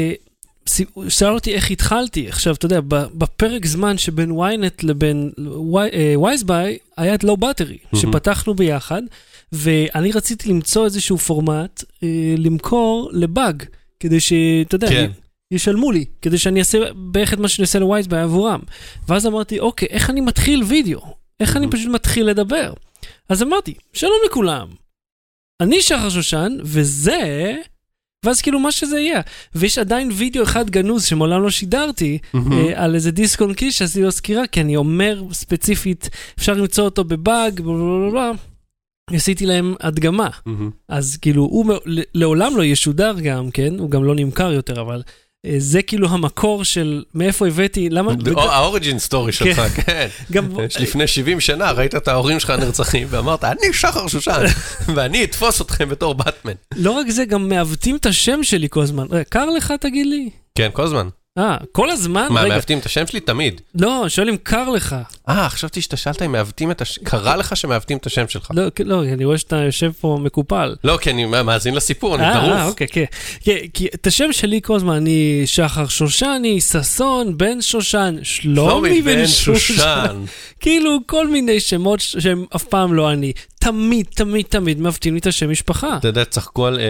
שאל אותי איך התחלתי. עכשיו, אתה יודע, בפרק זמן שבין וויינט לבין ווייזביי, היה את לואו בטרי, שפתחנו ביחד, ואני רציתי למצוא איזשהו פורמט, למכור לבאג, כדי שאתה יודע, ישלמו לי, כדי שאני אעשה בערך את מה שאני אעשה לווייזביי עבורם. ואז אמרתי, אוקיי, איך אני מתחיל וידאו? איך אני פשוט מתחיל לדבר? אז אמרתי, שלום לכולם, אני שחר שושן, וזה... ואז כאילו מה שזה יהיה. ויש עדיין וידאו אחד גנוז שמעולם לא שידרתי, על איזה דיסק און קי שעשיתי לו סקירה, כי אני אומר ספציפית, אפשר למצוא אותו בבאג, בלבלבלבלה. עשיתי להם הדגמה. אז כאילו, הוא לעולם לא ישודר גם, כן? הוא גם לא נמכר יותר, אבל זה כאילו המקור של מאיפה הבאתי, למה... האוריג'ין סטורי שלך, כן. לפני שבעים שנה ראית את ההורים שלך נרצחים, ואמרת, אני שחר שושן, ואני אתפוס אתכם בתור באטמן. לא רק זה, גם מעוותים את השם שלי כל הזמן. קר לך, תגיד לי? כן, כל הזמן. אה, כל הזמן? מה, מעוותים את השם שלי? תמיד. לא, שואל אם קר לך. אה, חשבתי שאתה שאלת אם מעוותים את השם, קרה לך שמעוותים את השם שלך. לא, לא, אני רואה שאתה יושב פה מקופל. לא, כי אני מאזין לסיפור, אני דרוך. אה, אוקיי, כן. כי את השם שלי כל הזמן, אני שחר שושני, ססון, בן שושן, שלומי בן שושן. כאילו, כל מיני שמות שהם אף פעם לא אני. תמיד, תמיד, תמיד מעוותים לי את השם משפחה. אתה יודע, צחקו על,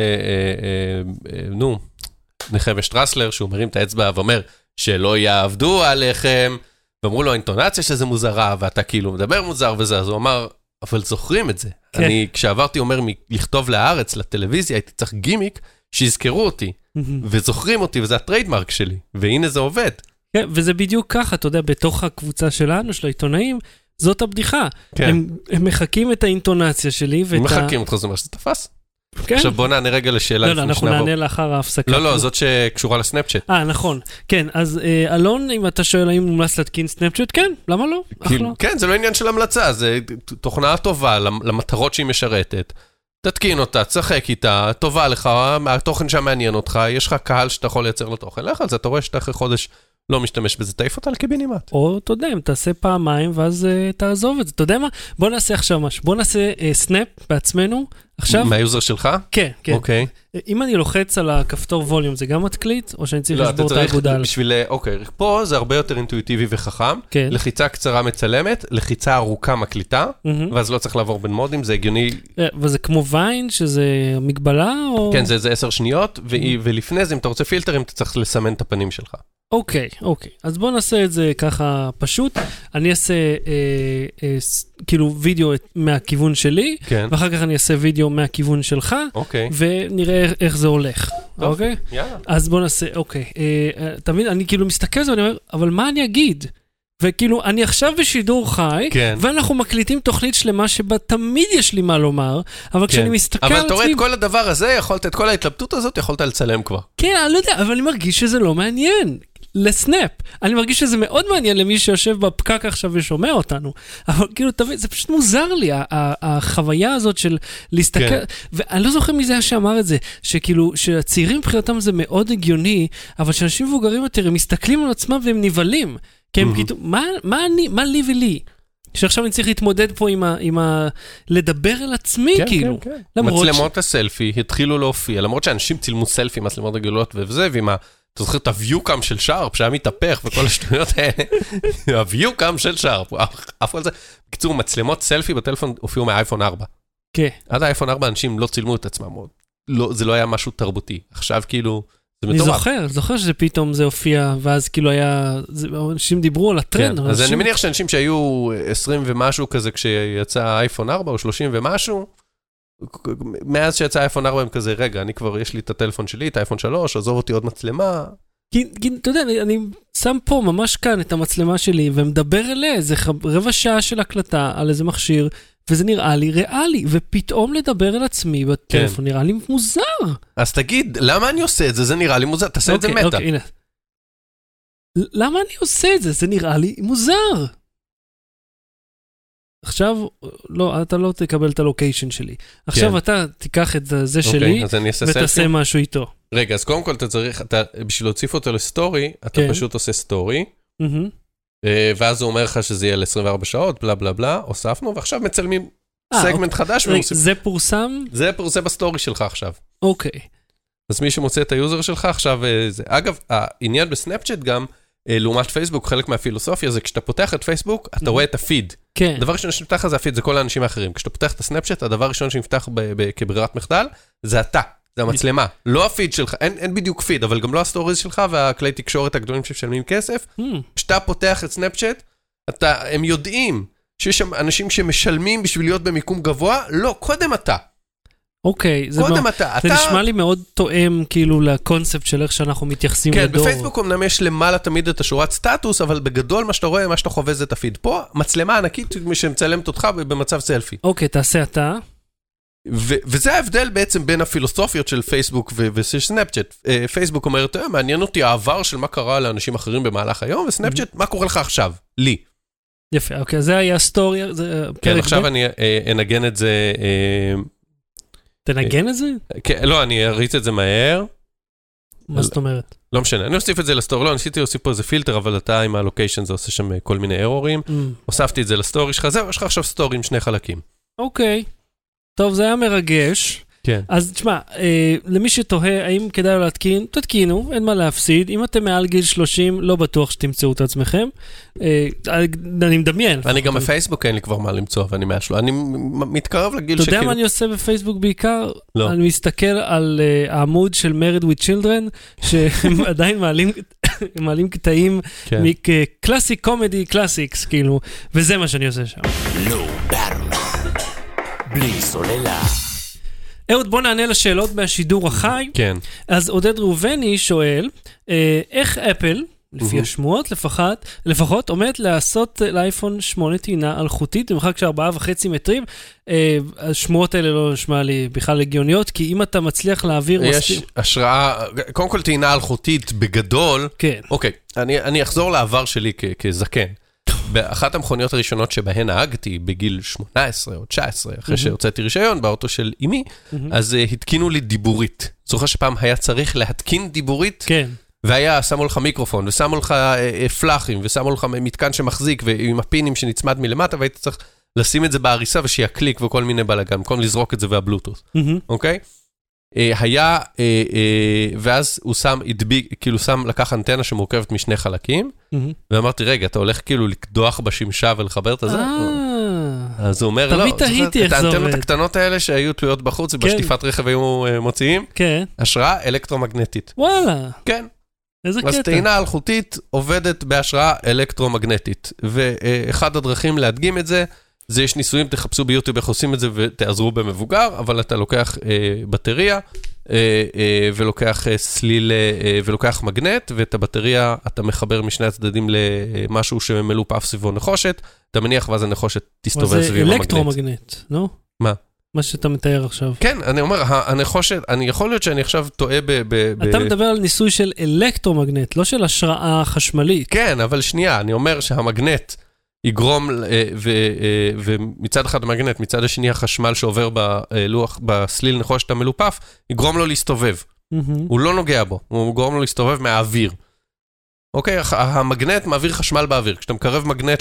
נו, נחמיה שטרסלר, שהוא מרים את האצבע ואומר, שלא יעבדו עליכם, ואמרו לו, האינטונציה שזה מוזרה, ואתה כאילו מדבר מוזר וזה, אז הוא אמר, אבל זוכרים את זה. כן. אני, כשעברתי, אומר, לכתוב לארץ, לטלוויזיה, הייתי צריך גימיק, שיזכרו אותי, וזוכרים אותי, וזה הטריידמרק שלי, והנה זה עובד. כן, וזה בדיוק ככה, אתה יודע, בתוך הקבוצה שלנו, של העיתונאים, זאת הבדיחה. כן. הם, הם מחכים את האינטונציה שלי, ואת הם מחכים אותך, זה אומר שזה תפס. כן. עכשיו בוא נענה רגע לשאלה. לא, לא, אנחנו נענה לאחר ההפסקה. לא, לא, זאת שקשורה לסנאפצ'אט. אה, נכון. כן, אז אה, אלון, אם אתה שואל האם מומלץ להתקין סנאפצ'אט, כן, למה לא? כאילו, כן, זה לא עניין של המלצה, זה תוכנה טובה למטרות שהיא משרתת. תתקין אותה, תשחק איתה, טובה לך, התוכן שם מעניין אותך, יש לך קהל שאתה יכול לייצר לו תוכן. לך על זה, אתה רואה שאתה אחרי חודש לא משתמש בזה, תעיף אותה לקיבינימט. או, אתה יודע, אם תעשה פעמיים, ואז uh, תעזוב את זה. אתה יודע מה? בוא נעשה עכשיו משהו. בוא נעשה uh, סנאפ בעצמנו. עכשיו... מהיוזר שלך? כן, כן. אוקיי. אם אני לוחץ על הכפתור ווליום, זה גם מתקליט, או שאני צריך לשבור את האגודל? בשביל, אוקיי, פה זה הרבה יותר אינטואיטיבי וחכם. כן. לחיצה קצרה מצלמת, לחיצה ארוכה מקליטה, ואז לא צריך לעבור בין מודים, זה הגיוני. וזה כמו ויין, שזה מגבלה, או... כן, זה עשר שניות, ולפני זה, אם אתה רוצה פילטרים, אתה צריך לסמן את הפנים שלך. אוקיי, אוקיי. אז בואו נעשה את זה ככה פשוט. אני אעשה אה, אה, כאילו וידאו מהכיוון שלי, כן. ואחר כך אני אעשה וידאו מהכיוון שלך, אוקיי. ונראה איך זה הולך. טוב, אוקיי? יאללה. אז בואו נעשה, אוקיי. אה, תמיד אני כאילו מסתכל על זה ואני אומר, אבל מה אני אגיד? וכאילו, אני עכשיו בשידור חי, כן. ואנחנו מקליטים תוכנית שלמה שבה תמיד יש לי מה לומר, אבל כן. כשאני מסתכל אבל אתה רואה עצמי... את כל הדבר הזה, יכולת, את כל ההתלבטות הזאת, יכולת לצלם כבר. כן, אני לא יודע, אבל אני מרגיש שזה לא מעניין. לסנאפ. אני מרגיש שזה מאוד מעניין למי שיושב בפקק עכשיו ושומע אותנו, אבל כאילו, תבין, זה פשוט מוזר לי, החוויה הזאת של להסתכל, כן. ואני לא זוכר מי זה היה שאמר את זה, שכאילו, שהצעירים מבחינתם זה מאוד הגיוני, אבל שאנשים מבוגרים יותר, הם מסתכלים על עצמם והם נבלים, כי הם כאילו, מה, מה אני, מה לי ולי? שעכשיו אני צריך להתמודד פה עם ה... עם ה לדבר על עצמי, כן, כאילו. כן, כן. מצלמות ש... הסלפי התחילו להופיע, למרות שאנשים צילמו סלפי, מצלמות רגילות וזה, ועם ה... אתה זוכר את הוויוקאם של שרפ, שהיה מתהפך וכל השטויות האלה. הוויוקאם של שרפ, עפו על זה. בקיצור, מצלמות סלפי בטלפון הופיעו מהאייפון ארבע. כן. עד האייפון ארבע אנשים לא צילמו את עצמם. לא, זה לא היה משהו תרבותי. עכשיו כאילו... אני זוכר, זוכר שזה פתאום זה הופיע, ואז כאילו היה, אנשים דיברו על הטרנד. כן, אז אני מניח שאנשים שהיו עשרים ומשהו כזה, כשיצא אייפון ארבע או שלושים ומשהו, מאז שיצא אייפון ארבע הם כזה, רגע, אני כבר, יש לי את הטלפון שלי, את האייפון שלוש, עזוב אותי עוד מצלמה. כי, כי אתה יודע, אני, אני שם פה ממש כאן את המצלמה שלי, ומדבר אליה איזה רבע שעה של הקלטה על איזה מכשיר, וזה נראה לי ריאלי, ופתאום לדבר על עצמי בטלפון כן. נראה לי מוזר. אז תגיד, למה אני עושה את זה? זה נראה לי מוזר, תעשה אוקיי, את זה מטה. אוקיי, הנה. למה אני עושה את זה? זה נראה לי מוזר. עכשיו, לא, אתה לא תקבל את הלוקיישן שלי. עכשיו כן. אתה תיקח את זה אוקיי, שלי, ותעשה סלפי. משהו איתו. רגע, אז קודם כל אתה צריך, אתה, בשביל להוסיף אותו לסטורי, אתה כן. פשוט עושה סטורי, mm-hmm. ואז הוא אומר לך שזה יהיה ל-עשרים וארבע שעות, בלה בלה בלה, הוספנו, ועכשיו מצלמים 아, סגמנט אוקיי. חדש. רגע, זה פורסם? זה פורסם בסטורי שלך עכשיו. אוקיי. אז מי שמוצא את היוזר שלך עכשיו, זה, אגב, העניין בסנאפצ'אט גם, לעומת פייסבוק, חלק מהפילוסופיה זה כשאתה פותח את פייסבוק, אתה רואה את הפיד. כן. הדבר ראשון שנפתח זה הפיד, זה כל האנשים האחרים. כשאתה פותח את הסנאפצ'אט, הדבר ראשון שנפתח כברירת מחדל, זה אתה, זה המצלמה. לא הפיד שלך, אין, אין בדיוק פיד, אבל גם לא הסטוריז שלך והכלי תקשורת הגדולים שמשלמים כסף. כשאתה פותח את סנאפצ'אט, אתה, הם יודעים שיש שם אנשים שמשלמים בשביל להיות במיקום גבוה, לא, קודם אתה. אוקיי, זה, קודם מה, אתה, זה אתה... נשמע לי מאוד תואם כאילו לקונספט של איך שאנחנו מתייחסים כן, לדור. כן, בפייסבוק אמנם יש למעלה תמיד את השורת סטטוס, אבל בגדול מה שאתה רואה, מה שאתה חווה זה את הפיד. פה, מצלמה ענקית שמצלמת אותך במצב סלפי. אוקיי, תעשה אתה. ו- וזה ההבדל בעצם בין הפילוסופיות של פייסבוק ושל סנאפצ'אט. פייסבוק אומרת, מעניין אותי העבר של מה קרה לאנשים אחרים במהלך היום, וסנאפצ'אט, מה קורה לך עכשיו? לי. יפה, אוקיי, זה היה סטורי, כן, עכשיו אני אנגן את זה... תנגן את זה? כן, לא, אני אריץ את זה מהר. מה זאת אומרת? לא משנה, אני אוסיף את זה לסטורי, לא, ניסיתי להוסיף פה איזה פילטר, אבל אתה עם הלוקיישן זה עושה שם כל מיני אירורים. הוספתי את זה לסטורי שלך, זהו, יש לך עכשיו סטורי עם שני חלקים. אוקיי. טוב, זה היה מרגש. כן. אז תשמע, אה, למי שתוהה, האם כדאי להתקין, תתקינו, אין מה להפסיד. אם אתם מעל גיל שלושים, לא בטוח שתמצאו את עצמכם. אה, אני מדמיין. אני גם בפייסבוק אין לי כבר מה למצוא, ואני מהשלו. אני מתקרב לגיל שכאילו... אתה יודע מה אני עושה בפייסבוק בעיקר? לא. אני מסתכל על uh, העמוד של Married with Children, שהם עדיין מעלים... מעלים קטעים מקלאסיק קומדי קלאסיקס, כאילו, וזה מה שאני עושה שם. לא ברמן. בלי סוללה. אהוד, בוא נענה לשאלות מהשידור החי. כן. אז עודד ראובני שואל, איך אפל, לפי השמועות לפחות, לפחות עומדת לעשות לאייפון שמונה טעינה אלחוטית, במרחק של ארבעה וחצי מטרים. השמועות האלה לא נשמע לי בכלל הגיוניות, כי אם אתה מצליח להעביר... יש השראה, קודם כל טעינה אלחוטית בגדול. כן. אוקיי, אני, אני אחזור לעבר שלי כ- כזקן. באחת המכוניות הראשונות שבהן נהגתי בגיל שמונה עשרה או תשע עשרה, אחרי שהוצאתי רישיון באוטו של אמי, אז התקינו לי דיבורית. זוכר שפעם היה צריך להתקין דיבורית? כן. והיה, שמו לך מיקרופון, ושמו לך פלאחים, ושמו לך מתקן שמחזיק, ועם הפינים שנצמד מלמטה, והיית צריך לשים את זה בעריסה, ושיהיה קליק וכל מיני בלגן, במקום לזרוק את זה והבלוטוס. אוקיי? היה, ואז הוא שם, כאילו שם, לקח אנטנה שמורכבת משני חלקים, ואמרתי, רגע, אתה הולך כאילו לקדוח בשמשה ולחבר את זה? אז הוא אומר, לא, את האנטנות הקטנות האלה שהיו תלויות בחוץ, ובשטיפת רכב היו מוציאים, השראה אלקטרומגנטית. וואלה. כן. איזה קטע. אז טעינה אלחוטית עובדת בהשראה אלקטרומגנטית, ואחד הדרכים להדגים את זה, זה יש ניסויים, תחפשו ביוטיוב איך עושים את זה ותעזרו במבוגר, אבל אתה לוקח אה, בטריה, אה, אה, ולוקח אה, סליל, אה, ולוקח מגנט, ואת הבטריה אתה מחבר משני הצדדים למשהו שמלופף סביבו נחושת, אתה מניח ואז הנחושת תסתובב סביב המגנט. זה אלקטרומגנט, לא? מה? מה שאתה מתאר עכשיו. כן, אני אומר, הנחושת, אני יכול להיות שאני עכשיו טועה ב... אתה מדבר על ניסוי של אלקטרומגנט, לא של השראה חשמלית. כן, אבל שנייה, אני אומר שהמגנט יגרום, ומצד אחד המגנט, מצד השני החשמל שעובר בלוח, בסליל נחושת המלופף, יגרום לו להסתובב. הוא לא נוגע בו, הוא יגרום לו להסתובב מהאוויר. אוקיי, המגנט מעביר חשמל באוויר. כשאתה מקרב מגנט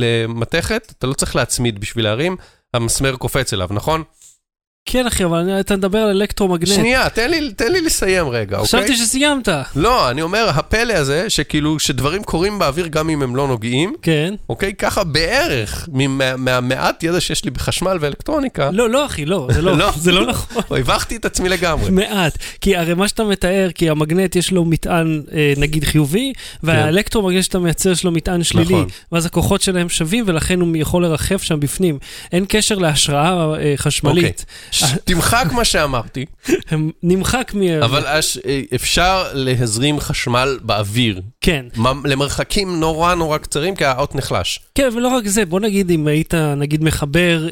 למתכת, אתה לא צריך להצמיד בשביל להרים, המסמר קופץ אליו, נכון? כן, אחי, אבל אתה מדבר על אלקטרומגנט. שנייה, תן לי, תן לי לסיים רגע, אוקיי? חשבתי שסיימת. לא, אני אומר, הפלא הזה, שכאילו, שדברים קורים באוויר גם אם הם לא נוגעים, כן. אוקיי? ככה בערך, מהמעט ידע שיש לי בחשמל ואלקטרוניקה. לא, לא, אחי, לא, זה לא, זה לא נכון. הבחתי את עצמי לגמרי. מעט, כי הרי מה שאתה מתאר, כי המגנט יש לו מטען, נגיד, חיובי, והאלקטרומגנט שאתה מייצר יש לו מטען שלילי, ואז הכוחות שלהם שווים, ולכן הוא יכול לרחף שם בפנים. אין קשר להשראה חשמלית. תמחק מה שאמרתי. נמחק מ... אבל אפשר להזרים חשמל באוויר. כן. למרחקים נורא נורא קצרים, כי האות נחלש. כן, ולא רק זה, בוא נגיד, אם היית, נגיד, מחבר,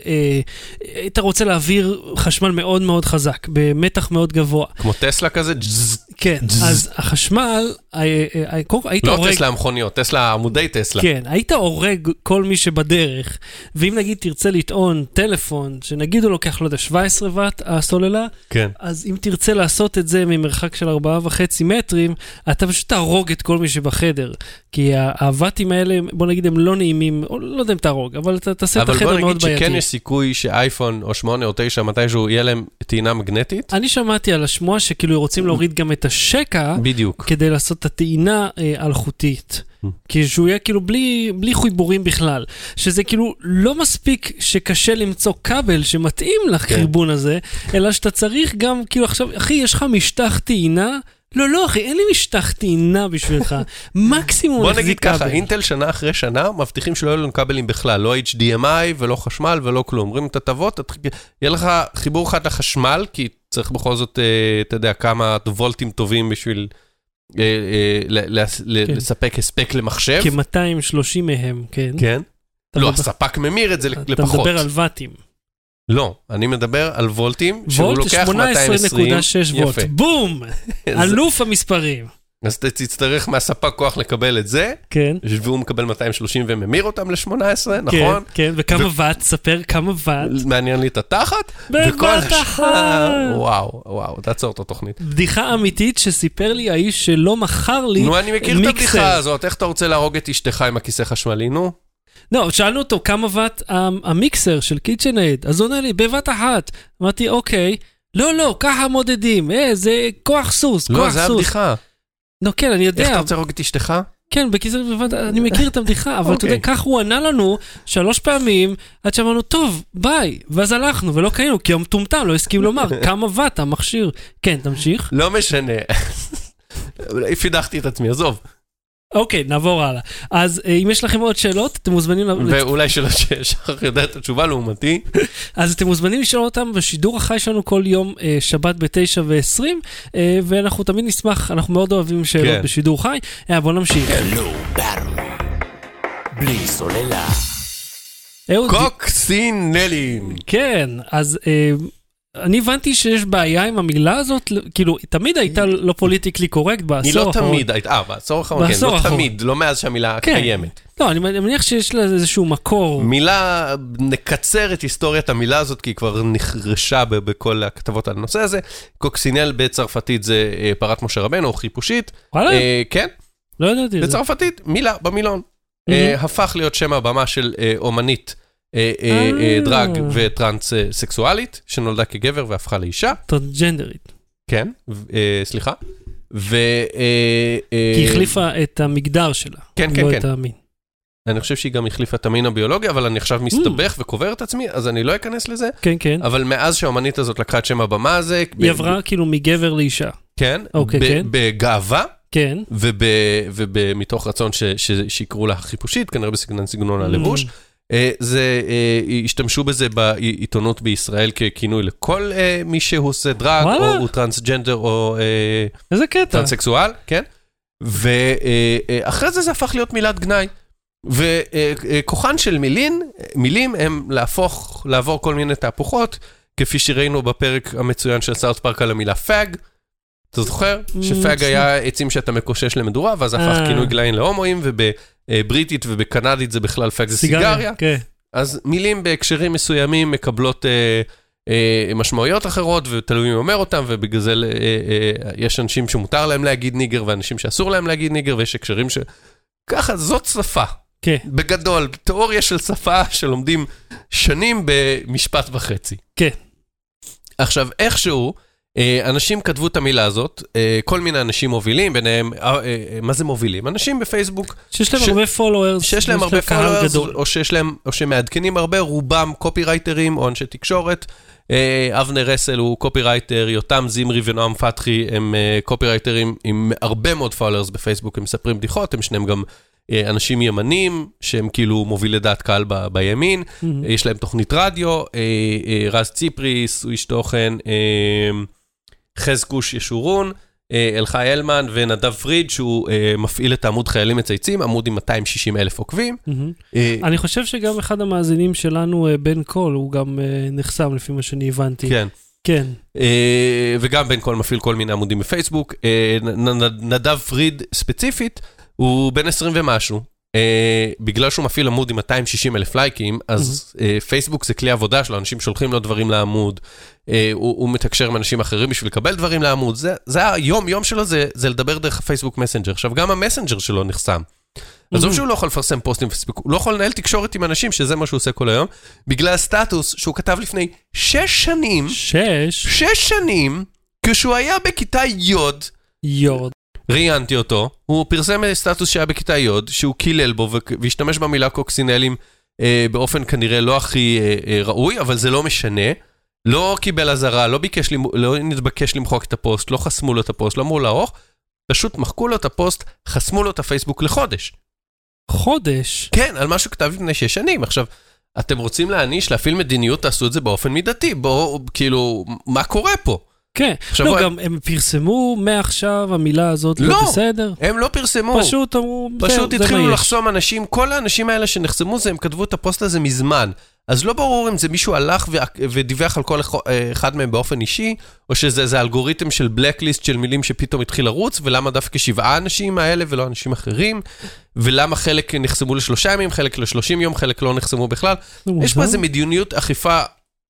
היית רוצה להעביר חשמל מאוד מאוד חזק, במתח מאוד גבוה. כמו טסלה כזה? כן, אז החשמל, היית הורג... לא טסלה המכוניות, טסלה עמודי טסלה. כן, היית הורג כל מי שבדרך, ואם נגיד תרצה לטעון טלפון, שנגיד הוא לוקח, לא יודע, שבע עשרה וואט הסוללה, כן. אז אם תרצה לעשות את זה ממרחק של ארבעה וחצי מטרים, אתה פשוט תהרוג את כל מי שבחדר, כי הוואטים האלה, בוא נגיד, הם לא נעימים, או לא יודע אם תהרוג, אבל אתה תעשה את החדר מאוד בעייתי. אבל בוא נגיד שכן יש סיכוי שאייפון או שמונה או תשע, מתישהו יהיה להם טעינה מגנטית? אני שמעתי על השמועה שכאילו רוצים להוריד גם את השקע, בדיוק. כדי לעשות את הטעינה אה, אלחוטית. כי שהוא יהיה כאילו בלי, בלי חיבורים בכלל. שזה כאילו לא מספיק שקשה למצוא כבל שמתאים לחירבון הזה, אלא שאתה צריך גם, כאילו עכשיו, אחי, יש לך משטח טעינה? לא, לא, אחי, אין לי משטח טעינה בשבילך. מקסימום בוא נגיד ככה, אינטל שנה אחרי שנה, מבטיחים שלא יהיו לנו כבלים בכלל, לא אייץ' די אם איי ולא חשמל ולא כלום. אומרים, אתה תבוא, יהיה לך חיבור אחד לחשמל, כי צריך בכל זאת, אתה יודע, כמה וולטים טובים בשביל לספק הספק למחשב. כ-מאתיים ושלושים מהם, כן. כן. לא, הספק ממיר את זה לפחות. אתה מדבר על וואטים. לא, אני מדבר על וולטים, שהוא וולט לוקח שמונה עשרה מאתיים ועשרים. נקודה שש וולט. בום! אלוף המספרים. אז אתה תצטרך מהספק כוח לקבל את זה, כן. והוא מקבל מאתיים ושלושים וממיר אותם ל-שמונה עשרה, נכון? כן, כן, וכמה וואט, ספר כמה וואט. מעניין לי את התחת. בבת אחת. וואו, וואו, תעצור את התוכנית. בדיחה אמיתית שסיפר לי האיש שלא מכר לי מיקסר. נו, אני מכיר את הבדיחה הזאת, איך אתה רוצה להרוג את אשתך עם הכיסא חשמלי, נו? לא, שאלנו אותו כמה וואט המיקסר של קיצ'נייד, אז הוא עונה לי, בבת אחת. אמרתי, אוקיי, לא, לא, ככה מודדים, אה, זה כוח סוס, כוח סוס. לא, זה הבדיחה. לא, כן, אני יודע. איך אתה רוצה להרוג את אשתך? כן, בקיצור, אני מכיר את הבדיחה, אבל אתה יודע, כך הוא ענה לנו שלוש פעמים, עד שאמרנו, טוב, ביי, ואז הלכנו, ולא קיינו, כי המטומטם לא הסכים לומר, כמה וואט המכשיר. כן, תמשיך. לא משנה. פידחתי את עצמי, עזוב. אוקיי, נעבור הלאה. אז אם יש לכם עוד שאלות, אתם מוזמנים... ואולי שאלות ששחר יודע את התשובה לעומתי. אז אתם מוזמנים לשאול אותם בשידור החי שלנו כל יום שבת ב-תשע ועשרים, ואנחנו תמיד נשמח, אנחנו מאוד אוהבים שאלות בשידור חי. בואו נמשיך. בלי סוללה. קוקסינלים. כן, אז... אני הבנתי שיש בעיה עם המילה הזאת, כאילו, תמיד הייתה לא פוליטיקלי קורקט בעשור האחרון. היא לא תמיד הייתה, אה, בעשור האחרון, כן, לא תמיד, לא מאז שהמילה קיימת. לא, אני מניח שיש לה איזשהו מקור. מילה, נקצר את היסטוריית המילה הזאת, כי היא כבר נחרשה בכל הכתבות על הנושא הזה. קוקסינל בצרפתית זה פרת משה רבנו, או חיפושית. וואלה? כן. לא ידעתי. בצרפתית, מילה, במילון. הפך להיות שם הבמה של אומנית. דרג וטרנס-סקסואלית, שנולדה כגבר והפכה לאישה. טרנסג'נדרית. כן, סליחה. כי החליפה את המגדר שלה. כן, כן, לא כן. את המין. אני חושב שהיא גם החליפה את המין הביולוגי, אבל אני עכשיו מסתבך וקובר את עצמי, אז אני לא אכנס לזה. כן, כן. אבל מאז שהאומנית הזאת לקחה את שם הבמה הזה... היא עברה כאילו מגבר לאישה. כן, בגאווה. כן. ומתוך רצון שיקראו לה חיפושית, כנראה בסגנון סגנון הלבוש. זה, השתמשו בזה בעיתונות בישראל ככינוי לכל מי שהוא עושה דרג, או טרנסג'נדר, או טרנסקסואל, כן? ואחרי זה זה הפך להיות מילת גנאי. וכוחן של מילים, מילים הם להפוך, לעבור כל מיני תהפוכות, כפי שראינו בפרק המצוין של סאוט פארק על המילה פאג, אתה זוכר? שפאג היה עצים שאתה מקושש למדורה, ואז הפך כינוי גלאין להומואים, ובבריטית ובקנדית זה בכלל פאג זה סיגריה. אז מילים בהקשרים מסוימים מקבלות משמעויות אחרות, ותלוי מי אומר אותם, ובגלל זה יש אנשים שמותר להם להגיד ניגר, ואנשים שאסור להם להגיד ניגר, ויש הקשרים ש... ככה, זאת שפה. בגדול, תיאוריה של שפה שלומדים שנים במשפט וחצי. כן. עכשיו, איכשהו, אנשים כתבו את המילה הזאת, כל מיני אנשים מובילים, ביניהם, מה זה מובילים? אנשים בפייסבוק. שיש להם הרבה פולוורס. שיש להם הרבה פולוורס, או שיש להם, או שמעדכנים הרבה, רובם קופירייטרים או אנשי תקשורת. אבנר רסל הוא קופירייטר, יותם זמרי ונועם פתחי הם קופירייטרים עם הרבה מאוד פולוורס בפייסבוק, הם מספרים בדיחות, הם שניהם גם אנשים ימנים, שהם כאילו מובילי דעת קהל ב- בימין, mm-hmm. יש להם תוכנית רדיו, רז ציפריס, הוא איש תוכן, חזקוש ישורון, אלחי אלמן ונדב פריד, שהוא מפעיל את העמוד חיילים מצייצים, עמוד עם מאתיים ושישים אלף עוקבים. Mm-hmm. אני חושב שגם אחד המאזינים שלנו, בן קול, הוא גם נחסם לפי מה שאני הבנתי. כן. כן. וגם בן קול מפעיל כל מיני עמודים בפייסבוק. נדב פריד ספציפית, הוא בן עשרים ומשהו, אה, בגלל שהוא מפעיל עמוד עם מאתיים ושישים אלף לייקים, אז mm-hmm. אה, פייסבוק זה כלי עבודה שלו, אנשים שולחים לו דברים לעמוד, אה, הוא, הוא מתקשר עם אנשים אחרים בשביל לקבל דברים לעמוד, זה, זה היום, יום שלו זה, זה לדבר דרך הפייסבוק מסנג'ר, עכשיו גם המסנג'ר שלו נחסם, mm-hmm. עזוב שהוא לא יכול לפרסם פוסטים בפייסבוק, הוא לא יכול לנהל תקשורת עם אנשים, שזה מה שהוא עושה כל היום, בגלל סטטוס שהוא כתב לפני שש שנים, שש? שש שנים, כשהוא היה בכיתה יוד, יוד. ראיינתי אותו, הוא פרסם סטטוס שהיה בכיתה יוד, שהוא קילל בו והשתמש במילה קוקסינלים אה, באופן כנראה לא הכי אה, אה, ראוי, אבל זה לא משנה, לא קיבל עזרה, לא, ביקש, לא נתבקש למחוק את הפוסט, לא חסמו לו את הפוסט, לא אמרו לארוך, פשוט מחקו לו את הפוסט, חסמו לו את הפייסבוק לחודש. חודש? כן, על משהו כתב לפני שש שנים. עכשיו, אתם רוצים להעניש, להפעיל מדיניות, תעשו את זה באופן מידתי, בואו, כאילו, מה קורה פה? כן, לא, גם הם פרסמו מעכשיו המילה הזאת לא בסדר. הם לא פרסמו. פשוט אמרו, פשוט התחילו לחסום אנשים, כל האנשים האלה שנחסמו זה, הם כתבו את הפוסט הזה מזמן. אז לא ברור אם זה מישהו הלך ודיווח על כל אחד מהם באופן אישי, או שזה אלגוריתם של בלקליסט של מילים שפתאום התחיל לרוץ, ולמה דווקא שבעה אנשים האלה ולא אנשים אחרים, ולמה חלק נחסמו לשלושה ימים, חלק לשלושים יום, חלק לא נחסמו בכלל. יש פה איזו מדיניות אכיפה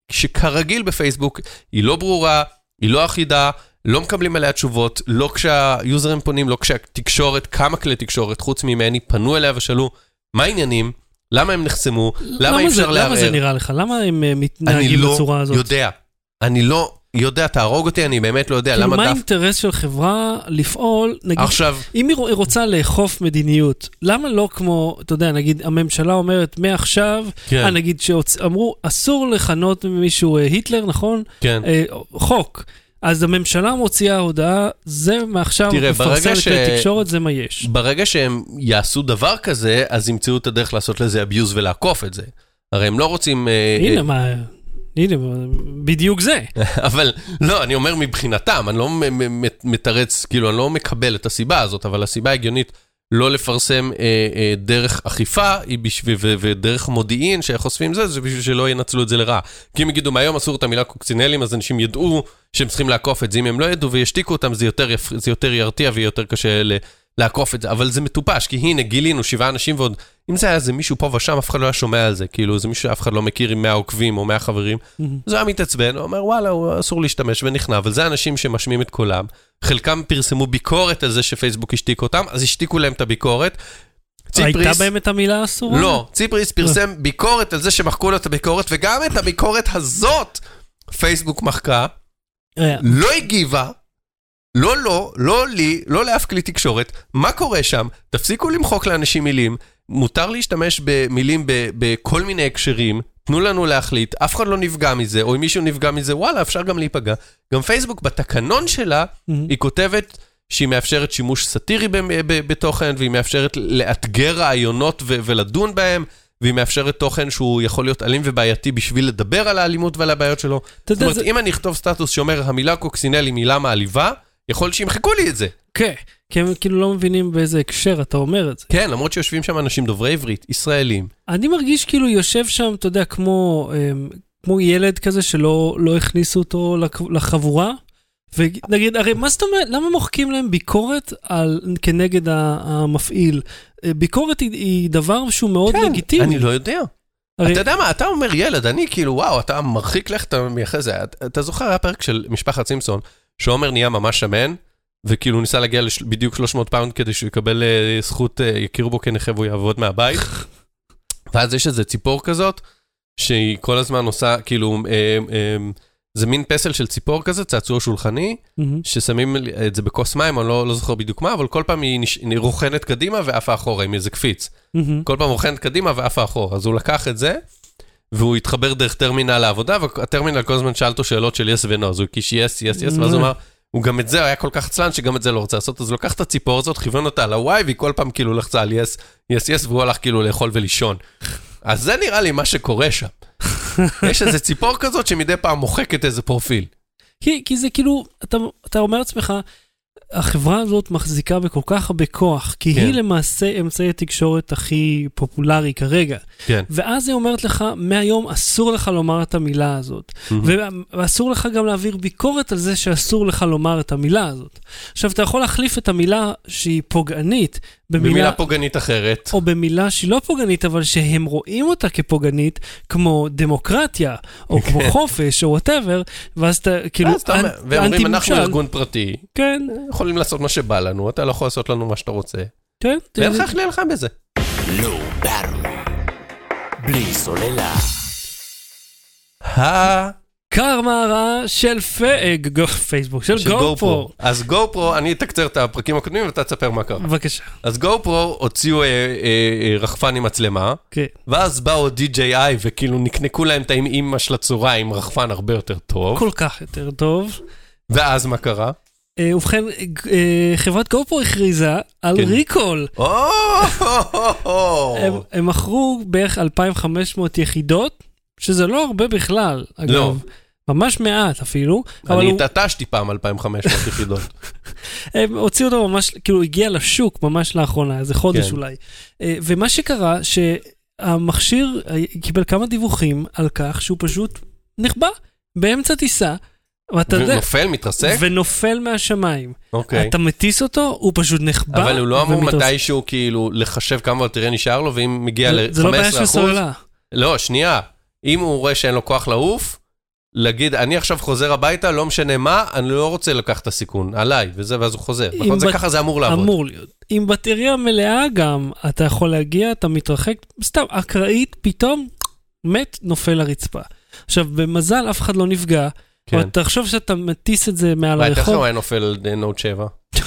שכרגיל בפייסבוק היא לא ברורה, היא לא אחידה, לא מקבלים עליה תשובות, לא כשהיוזרים פונים, לא כשהתקשורת, כמה כלי תקשורת, חוץ ממני, פנו אליה ושאלו, מה העניינים? למה הם נחסמו? למה אי אפשר לערער? למה זה נראה לך? למה הם מתנהגים בצורה הזאת? אני לא יודע. אני לא יודע, תהרוג אותי, אני באמת לא יודע. כאילו, מה האינטרס של חברה לפעול? נגיד, אם היא רוצה לאכוף מדיניות, למה לא כמו, אתה יודע, נגיד, הממשלה אומרת, מעכשיו, נגיד שאמרו, אסור לכנות מישהו היטלר, נכון? כן. חוק. אז הממשלה מוציאה הודעה, זה מעכשיו מפרסם את התקשורת, זה מה יש. ברגע שהם יעשו דבר כזה, אז ימצאו את הדרך לעשות לזה אביוז ולעקוף את זה. הרי הם לא רוצים... הנה מה... הנה, בדיוק זה. אבל לא, אני אומר מבחינתם, אני לא מתרץ, כאילו, אני לא מקבל את הסיבה הזאת, אבל הסיבה הגיונית לא לפרסם אה, אה, דרך אכיפה בשביל, ו, ודרך מודיעין שחושפים זה, זה בשביל שלא ינצלו את זה לרע. כי אם יגידו, מהיום אסור את המילה קוקסינלים, אז אנשים ידעו שהם צריכים לעקוף את זה. אם הם לא ידעו וישתיקו אותם, זה יותר, זה יותר ירתיע ויותר קשה ל, לעקוף את זה. אבל זה מטופש, כי הנה, גילינו שבעה אנשים ועוד, אם זה היה איזה מישהו פה ושם, אף אחד לא היה שומע על זה. כאילו, זה מישהו שאף אחד לא מכיר עם מאה עוקבים או מאה חברים. זה היה מתעצבן, הוא אומר, וואלה, הוא אסור להשתמש ונכנע. אבל זה אנשים שמשמיעים את קולם. חלקם פרסמו ביקורת על זה שפייסבוק השתיק אותם, אז השתיקו להם את הביקורת. הייתה בהם את המילה אסורה? לא, ציפריס פרסם ביקורת על זה שמחקו לו את הביקורת, וגם את הביקורת הזאת פייסבוק מחקה, לא הגיבה, לא, לא, לא לי, לא לאף כלי תקשורת. מה קורה שם? תפסיקו למחוק לאנשים מילים, מותר להשתמש במילים בכל מיני הקשרים, תנו לנו להחליט, אף אחד לא נפגע מזה, או אם מישהו נפגע מזה, וואלה, אפשר גם להיפגע. גם פייסבוק, בתקנון שלה, היא כותבת שהיא מאפשרת שימוש סטירי בתוכן, והיא מאפשרת לאתגר רעיונות ולדון בהם, והיא מאפשרת תוכן שהוא יכול להיות אלים ובעייתי בשביל לדבר על האלימות ועל הבעיות שלו. זאת אומרת, אם אני אכתוב סטטוס שאומר, המילה קוקסינל היא מילה מעליבה, יכול שימחקו לי את זה. כן, כי הם כאילו לא מבינים באיזה הקשר אתה אומר את זה. כן, למרות שיושבים שם אנשים דוברי עברית, ישראלים. אני מרגיש כאילו יושב שם, אתה יודע, כמו, כמו ילד כזה שלא לא הכניסו אותו לחבורה, ונגיד, הרי מה זאת אומרת, למה מוחקים להם ביקורת על, כנגד המפעיל? ביקורת היא, היא דבר שהוא מאוד כן, לגיטימי. אני לא יודע. הרי... אתה יודע מה, אתה אומר ילד, אני כאילו, וואו, אתה מרחיק לך, אתה מייחד זה. אתה, אתה זוכר, היה פרק של משפחת סימפסון, שעומר נהיה ממש שמן, וכאילו ניסה להגיע לש... בדיוק שלוש מאות פאונד, כדי שהוא יקבל uh, זכות, uh, יכירו בו כנכה והוא יעבוד מהבית. ואז יש איזה ציפור כזאת, שהיא כל הזמן עושה, כאילו, אה, אה, זה מין פסל של ציפור כזה, צעצוע שולחני, mm-hmm. ששמים את זה בכוס מים, אני לא, לא זוכר בדיוק מה, אבל כל פעם היא, נש... היא רוחנת קדימה ואף האחורה, עם איזה קפיץ. Mm-hmm. כל פעם רוחנת קדימה ואף האחורה. אז הוא לקח את זה, והוא התחבר דרך טרמינל לעבודה, והטרמינל כל הזמן שאל אותו שאלות של yes ו-no, אז הוא קיש yes, yes, yes, ואז הוא אמר, הוא גם את זה, היה כל כך עצלן, שגם את זה לא רוצה לעשות, אז הוא לקח את הציפור הזאת, כיוון אותה על הוואי, והיא כל פעם כאילו לחצה על yes, yes, yes, והוא הלך כאילו לאכול ולישון. אז זה נראה לי מה שקורה שם. יש איזה ציפור כזאת שמדי פעם מוחקת איזה פרופיל. כי, כי זה כאילו, אתה, אתה אומר לעצמך, החברה הזאת מחזיקה בכל כך הרבה כוח, כי כן. היא למעשה אמצעי התקשורת הכי פופולרי כרגע. כן. ואז היא אומרת לך, מהיום אסור לך לומר את המילה הזאת. Mm-hmm. ואסור לך גם להעביר ביקורת על זה שאסור לך לומר את המילה הזאת. עכשיו, אתה יכול להחליף את המילה שהיא פוגענית, במילה, במילה פוגענית אחרת. או במילה שהיא לא פוגענית, אבל שהם רואים אותה כפוגענית, כמו דמוקרטיה, או כמו חופש, או whatever, ואז אתה, כאילו, והם אומרים, אנחנו ארגון פרטי. כן. יכולים לעשות מה שבא לנו, אתה לא יכול לעשות לנו מה שאתה רוצה. כן. ואין לך איך להילחם בזה. לא ברמן. בלי סוללה. קרמה הרעה של פייסבוק, של גופרו. אז גופרו, אני אתקצר את הפרקים הקודמים ואתה תספר מה קרה. בבקשה. אז גופרו הוציאו רחפן עם מצלמה, ואז באו די ג'יי איי וכאילו נקנקו להם את האמא של הצורה עם רחפן הרבה יותר טוב. כל כך יותר טוב. ואז מה קרה? ובכן, חברת גופרו הכריזה על ריקול. הם מכרו בערך אלפיים וחמש מאות יחידות, שזה לא הרבה בכלל, אגב. ממש מעט אפילו. אני התעטשתי פעם אלפיים וחמש מאות יחידות. הם הוציאו אותו ממש, כאילו הגיע לשוק ממש לאחרונה, איזה חודש אולי. ומה שקרה, שהמכשיר קיבל כמה דיווחים על כך שהוא פשוט נחבא באמצע טיסה, ונופל, מתרסק? ונופל מהשמיים. אוקיי. אתה מטיס אותו, הוא פשוט נחבא. אבל הוא לא אמור מתישהו כאילו לחשב כמה בטריה נשאר לו, ואם מגיע ל-חמש עשרה אחוז... זה לא בעיה של סוללה. לא, שנייה. אם הוא רואה שאין לו כוח לעוף, להגיד, אני עכשיו חוזר הביתה, לא משנה מה, אני לא רוצה לקחת את הסיכון, עליי, וזה, ואז הוא חוזר. נכון, זה ככה זה אמור לעבוד. אמור להיות. עם בטריה מלאה גם, אתה יכול להגיע, אתה מתרחק, סתם, אקראית, פתאום, מת, נופל לרצפה. עכשיו, במזל, אף אחד לא נפגע, אבל תחשוב שאתה מטיס את זה מעל הרחוב. איך הוא היה נופל נוט שבע?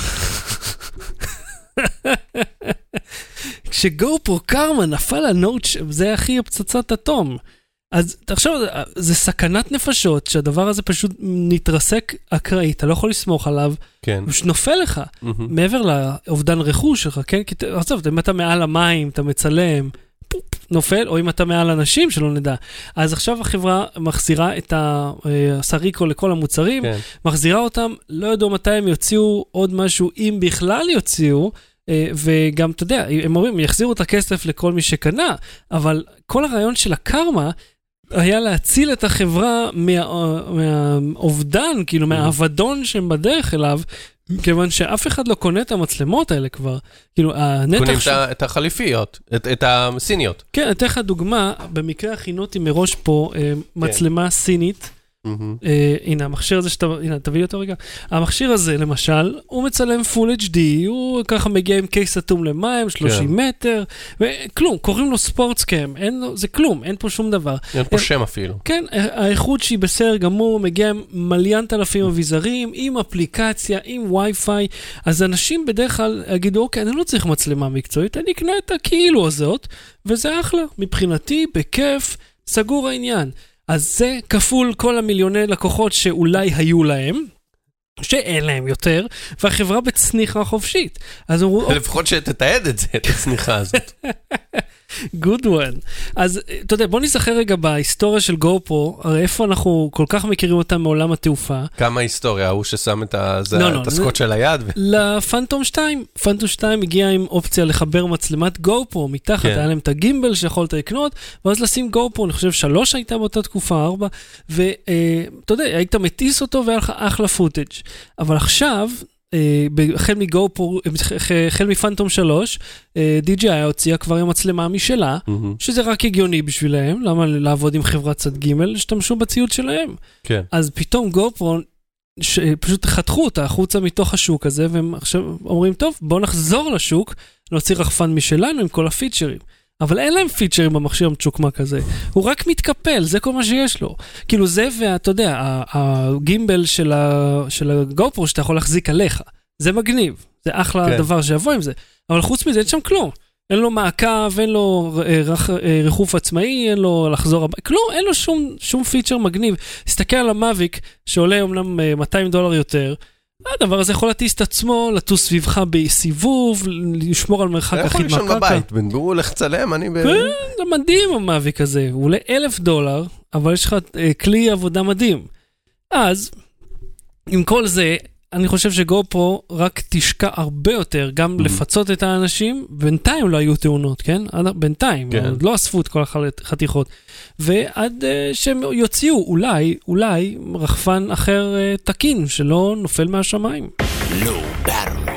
כשגופרו קרמה נפל לנוט שבע, זה הכי הפצצת אטום. אז תחשוב, זה סכנת נפשות, שהדבר הזה פשוט נתרסק אקראית, אתה לא יכול לסמוך עליו, כן. הוא שנופל לך, מעבר לאובדן רכוש שלך, כן? כי תחשוב, אם אתה מעל המים, אתה מצלם, פופ, נופל, או אם אתה מעל אנשים שלא נדע. אז עכשיו החברה מחזירה את הסריקו לכל המוצרים, כן. מחזירה אותם, לא יודעו מתי הם יוציאו עוד משהו, אם בכלל יוציאו, וגם, אתה יודע, הם אומרים, יחזירו את הכסף לכל מי שקנה, אבל כל הרעיון של הקרמה, היה להציל את החברה מה, מהאובדן, כאילו מהאבדון שהם בדרך אליו, כיוון שאף אחד לא קונה את המצלמות האלה כבר. כאילו, הנתח... קונים ש... את החליפיות, את, את הסיניות. כן, אתן לך דוגמה, במקרה הכינותי מראש פה, מצלמה סינית, הנה, המכשיר הזה שאתה, הנה, תביא אותו רגע. המכשיר הזה, למשל, הוא מצלם פול אייץ' די, הוא ככה מגיע עם קייס אטום למים, שלושים מטר, וכלום, קוראים לו ספורטסקאם, זה כלום, אין פה שום דבר. אין פה שם אפילו. כן, האיכות שהיא בסדר גמור, מגיע עם מליינט אלפים אביזרים, עם אפליקציה, עם וי-פיי, אז אנשים בדרך כלל יגידו, אוקיי, אני לא צריך מצלמה מקצועית, אני אקנה את הכאילו הזאת, וזה אחלה, מבחינתי, בכיף, סגור העניין. אז זה כפול כל המיליוני לקוחות שאולי היו להם, שאין להם יותר, והחברה בצניחה חופשית. אז אמרו... לפחות שתתעד את זה, את הצניחה הזאת. Good one. אז אתה יודע, בוא נזכר רגע בהיסטוריה של GoPro, הרי איפה אנחנו כל כך מכירים אותה מעולם התעופה. כמה היסטוריה, הוא ששם את הסקוט של היד. לפנטום שתיים. פנטום שתיים הגיע עם אופציה לחבר מצלמת GoPro, מתחת היה להם את הגימבל שיכולת לקנות, ואז לשים GoPro, אני חושב שלוש הייתה באותה תקופה, ארבע, ואתה יודע, היית מטיס אותו והיה לך אחלה פוטאג'. אבל עכשיו, החל מגו-פרו, החל מפנטום שלוש, די ג'יי איי הוציאה כבר עם מצלמה משלה, שזה רק הגיוני בשבילהם, למה לעבוד עם חברת צד ג' שתמשו בציוד שלהם. אז פתאום גו-פרו, פשוט חתכו אותה החוצה מתוך השוק הזה, והם עכשיו אומרים, טוב, בואו נחזור לשוק, נוציא רחפן משלנו עם כל הפיצ'רים. אבל אין להם פיצ'רים במכשיר המצ'וקמק הזה. הוא רק מתקפל, זה כל מה שיש לו. כאילו זה, ואתה יודע, הגימבל של הגופרו שאתה יכול להחזיק עליך, זה מגניב. זה אחלה דבר שיבוא עם זה. אבל חוץ מזה, אין שם כלום. אין לו מעקב, אין לו ריחוף עצמאי, אין לו לחזור הבא. כלום, אין לו שום, שום פיצ'ר מגניב. תסתכל על המאביק, שעולה אומנם מאתיים דולר יותר, הדבר הזה יכול להטיס את עצמו, לטוס סביבך בסיבוב, לשמור על מרחק אחיד מהקרקע. יכול לישון בבית, בן גור הולך לצלם, אני... כן, זה מדהים המאביק הזה, הוא עולה אלף דולר, אבל יש לך כלי עבודה מדהים. אז, עם כל זה, אני חושב שגופרו רק תשקע הרבה יותר, גם לפצות את האנשים, בינתיים לא היו תאונות, כן? בינתיים, לא אספו את כל החתיכות. ועד שהם יוציאו אולי, אולי, רחפן אחר תקין, שלא נופל מהשמיים. לא ברור.